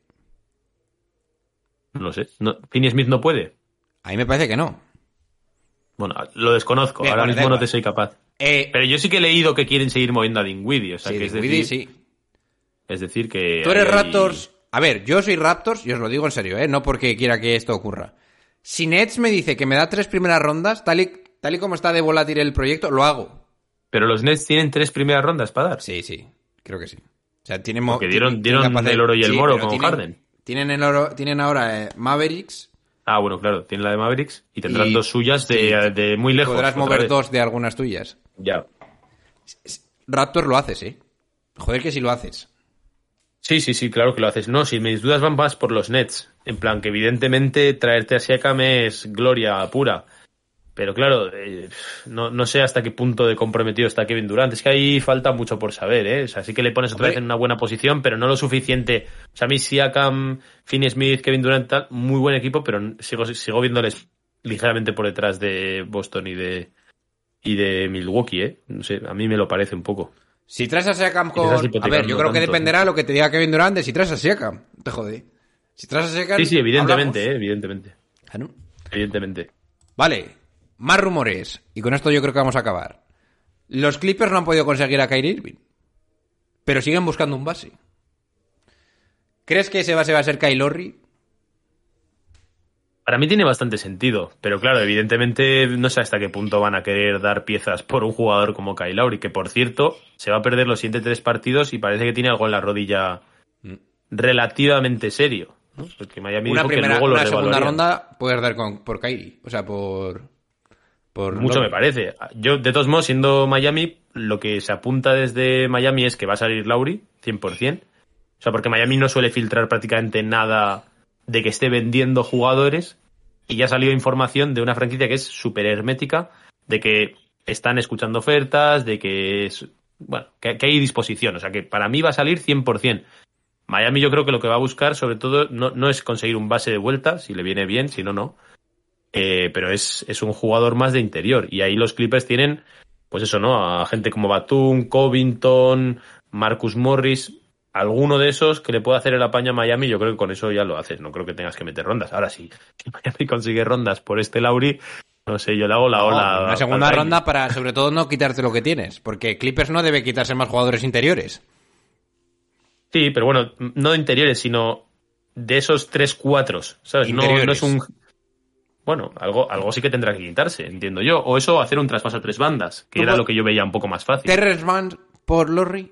No sé. No, Finney Smith no puede. A mí me parece que no. Bueno, lo desconozco. Bien, Ahora vale, mismo da no te igual. soy capaz. Eh, Pero yo sí que he leído que quieren seguir moviendo a Dinwiddie. O sea, sí, que es Dinwiddie, decir, sí. es decir que... Tú eres hay- Raptors. A ver, yo soy Raptors y os lo digo en serio, ¿eh? No porque quiera que esto ocurra. Si Nets me dice que me da tres primeras rondas, tal y, tal y como está de volátil el proyecto, lo hago. Pero los Nets tienen tres primeras rondas para dar. Sí, sí, creo que sí. O sea, tienen mo- Porque dieron- tienen- tienen dieron capacidad- el oro y el moro pero con tienen- Harden. Tienen el oro, tienen ahora eh, Mavericks. Ah, bueno, claro, tienen la de Mavericks y tendrán Y- dos suyas de, sí, de muy lejos. Podrás otra mover vez. dos de algunas tuyas. Ya. Raptors lo haces, ¿eh? Joder que sí lo haces. Sí, sí, sí, claro que lo haces. No, si mis dudas van más por los Nets. En plan, que evidentemente traerte a Siakam es gloria pura. Pero claro, eh, no, no sé hasta qué punto de comprometido está Kevin Durant. Es que ahí falta mucho por saber, ¿eh? O sea, sí que le pones otra Hombre. vez en una buena posición, pero no lo suficiente. O sea, a mí Siakam, Finney Smith, Kevin Durant, tal, muy buen equipo, pero sigo, sigo viéndoles ligeramente por detrás de Boston y de y de Milwaukee, ¿eh? No sé, a mí me lo parece un poco. Si traes a Siakam con... Quizás A hipotecando ver, yo creo que tanto, dependerá de lo que te diga Kevin Durant de si traes a Siakam. No te jode. Si traes a Siakam... Sí, sí, evidentemente, hablamos. ¿eh? Evidentemente. Ah, ¿no? Evidentemente. Vale, más rumores. Y con esto yo creo que vamos a acabar. Los Clippers no han podido conseguir a Kyrie Irving. Pero siguen buscando un base. ¿Crees que ese base va a ser Kyle Lowry? Para mí tiene bastante sentido, pero claro, evidentemente no sé hasta qué punto van a querer dar piezas por un jugador como Kyle Lowry, que por cierto se va a perder los siguientes tres partidos y parece que tiene algo en la rodilla relativamente serio, ¿no? Porque Miami una dijo primera, que luego una lo segunda revaluarían. ronda puedes dar con, por Kyrie, o sea, por... por Mucho Lowry. me parece. Yo, de todos modos, siendo Miami, lo que se apunta desde Miami es que va a salir Lowry, cien por ciento. O sea, porque Miami no suele filtrar prácticamente nada de que esté vendiendo jugadores, y ya ha salido información de una franquicia que es súper hermética, de que están escuchando ofertas, de que es, bueno, que, que hay disposición. O sea, que para mí va a salir cien por ciento. Miami yo creo que lo que va a buscar, sobre todo, no, no es conseguir un base de vuelta, si le viene bien, si no, no. Eh, pero es, es un jugador más de interior. Y ahí los Clippers tienen, pues eso, ¿no? A gente como Batum, Covington, Marcus Morris, alguno de esos que le pueda hacer el apaño a Miami. Yo creo que con eso ya lo haces. No creo que tengas que meter rondas. Ahora sí, si Miami consigue rondas por este Lowry, no sé, yo le hago la No, ola. una segunda al ronda para, sobre todo, no quitarte lo que tienes. Porque Clippers no debe quitarse más jugadores interiores. Sí, pero bueno, no de interiores, sino de esos tres cuatros, ¿sabes? No, no es un... Bueno, algo, algo sí que tendrá que quitarse, entiendo yo. O eso, hacer un traspaso a tres bandas, que era lo que yo veía un poco más fácil. Terrence Mann por Lowry.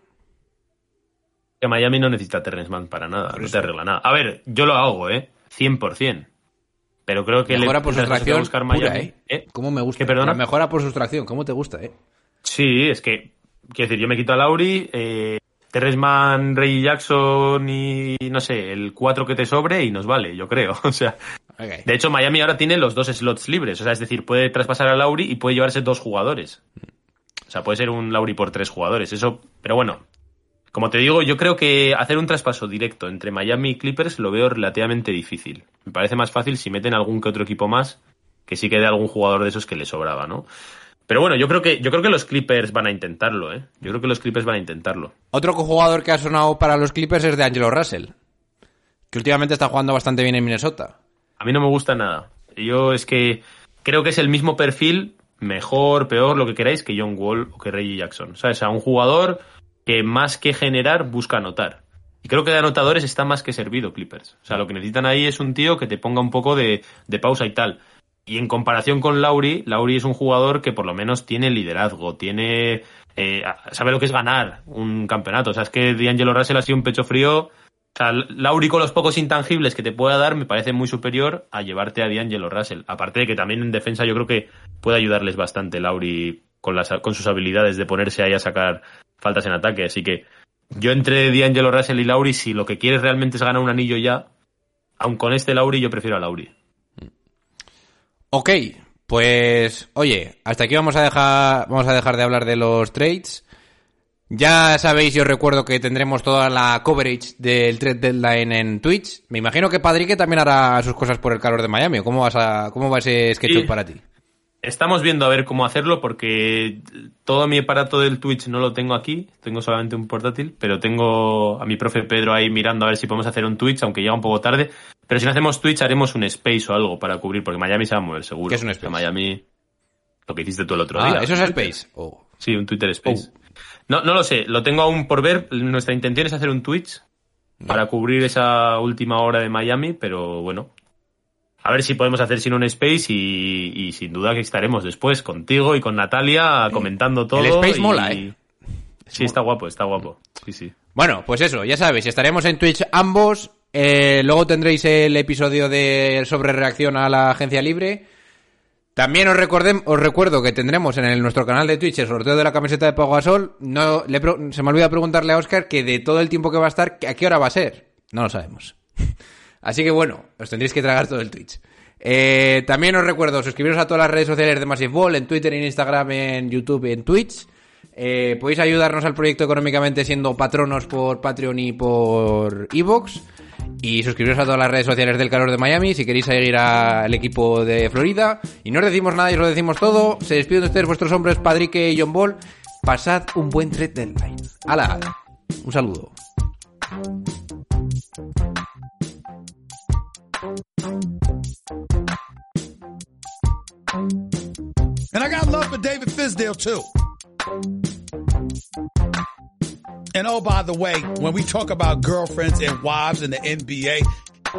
Que Miami no necesita Terrence Mann para nada, no te arregla nada. A ver, yo lo hago, ¿eh? cien por ciento. Pero creo que mejora le por sustracción buscar pura, Miami. ¿eh? ¿Eh? ¿Cómo me gusta? ¿Qué, perdona? La mejora por sustracción, ¿cómo te gusta, eh? Sí, es que, quiero decir, yo me quito a Lowry, eh, Terrence Mann, Reggie Jackson y, no sé, el cuatro que te sobre y nos vale, yo creo. O sea, Okay. De hecho, Miami ahora tiene los dos slots libres. O sea, es decir, puede traspasar a Lowry y puede llevarse dos jugadores. O sea, puede ser un Lowry por tres jugadores. Eso, pero bueno, como te digo, yo creo que hacer un traspaso directo entre Miami y Clippers lo veo relativamente difícil. Me parece más fácil si meten algún que otro equipo más, que sí quede algún jugador de esos que le sobraba, ¿no? Pero bueno, yo creo que yo creo que los Clippers van a intentarlo, ¿eh? Yo creo que los Clippers van a intentarlo. Otro jugador que ha sonado para los Clippers es de D'Angelo Russell, que últimamente está jugando bastante bien en Minnesota. A mí no me gusta nada. Yo es que creo que es el mismo perfil, mejor, peor, lo que queráis, que John Wall o que Reggie Jackson. ¿Sabes? O sea, un jugador que más que generar, busca anotar. Y creo que de anotadores está más que servido Clippers. O sea, lo que necesitan ahí es un tío que te ponga un poco de, de pausa y tal. Y en comparación con Lowry, Lowry es un jugador que por lo menos tiene liderazgo, tiene eh, sabe lo que es ganar un campeonato. O sea, es que D'Angelo Russell ha sido un pecho frío. O sea, Lowry con los pocos intangibles que te pueda dar me parece muy superior a llevarte a D'Angelo Russell. Aparte de que también en defensa yo creo que puede ayudarles bastante Lowry con, las, con sus habilidades de ponerse ahí a sacar faltas en ataque. Así que yo entre D'Angelo Russell y Lowry, si lo que quieres realmente es ganar un anillo ya, aun con este Lowry, yo prefiero a Lowry. Ok, pues oye, hasta aquí vamos a dejar vamos a dejar de hablar de los trades. Ya sabéis, yo recuerdo que tendremos toda la coverage del trade deadline en Twitch. Me imagino que Padrique también hará sus cosas por el calor de Miami. ¿Cómo vas a cómo va ese SketchUp Sí. para ti? Estamos viendo a ver cómo hacerlo porque todo mi aparato del Twitch no lo tengo aquí, tengo solamente un portátil, pero tengo a mi profe Pedro ahí mirando a ver si podemos hacer un Twitch, aunque llega un poco tarde. Pero si no hacemos Twitch haremos un Space o algo para cubrir, porque Miami se va a mover seguro. ¿Qué es un Space? O sea, Miami, lo que hiciste tú el otro Ah, día. ¿eso es Space? Oh. Sí, un Twitter Space. Oh. No, no lo sé, lo tengo aún por ver. Nuestra intención es hacer un Twitch para cubrir esa última hora de Miami, pero bueno. A ver si podemos hacer sin un Space y, y sin duda que estaremos después contigo y con Natalia comentando todo. El Space y... mola, ¿eh? Sí, está guapo, está guapo. Sí, sí. Bueno, pues eso, ya sabéis, estaremos en Twitch ambos. Eh, luego tendréis el episodio de sobre reacción a la agencia libre. También os, recordem, os recuerdo que tendremos en el, nuestro canal de Twitch el sorteo de la camiseta de Pau Gasol. No, le, se me olvida preguntarle a Óscar que de todo el tiempo que va a estar, ¿a qué hora va a ser? No lo sabemos. Así que bueno, os tendréis que tragar todo el Twitch. Eh, también os recuerdo suscribiros a todas las redes sociales de Massive Ball, en Twitter, en Instagram, en YouTube y en Twitch. Eh, podéis ayudarnos al proyecto económicamente siendo patronos por Patreon y por iVoox. Y suscribiros a todas las redes sociales del calor de Miami si queréis seguir al equipo de Florida. Y no os decimos nada y os lo decimos todo. Se despiden de ustedes vuestros hombres, Padrique y John Ball. Pasad un buen trade deadline. ¡Hala! Un saludo. And I got love for David Fisdale, too. And And oh, by the way, when we talk about girlfriends and wives in the N B A,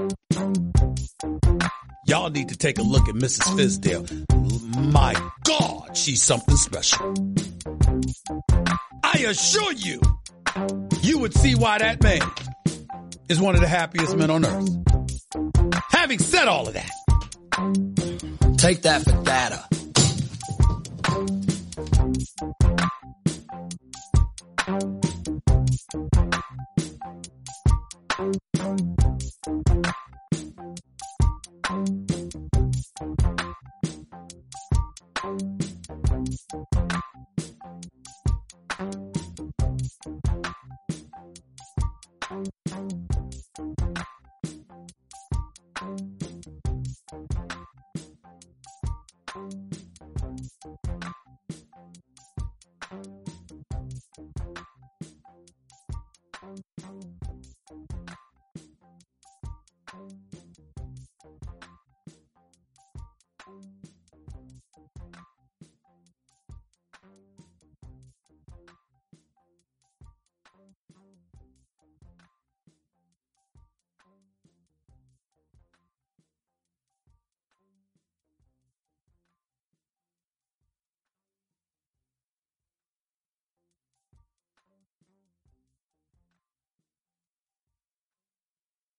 y'all need to take a look at Missus Fizdale. My God, she's something special. I assure you, you would see why that man is one of the happiest men on earth. Having said all of that, take that for data.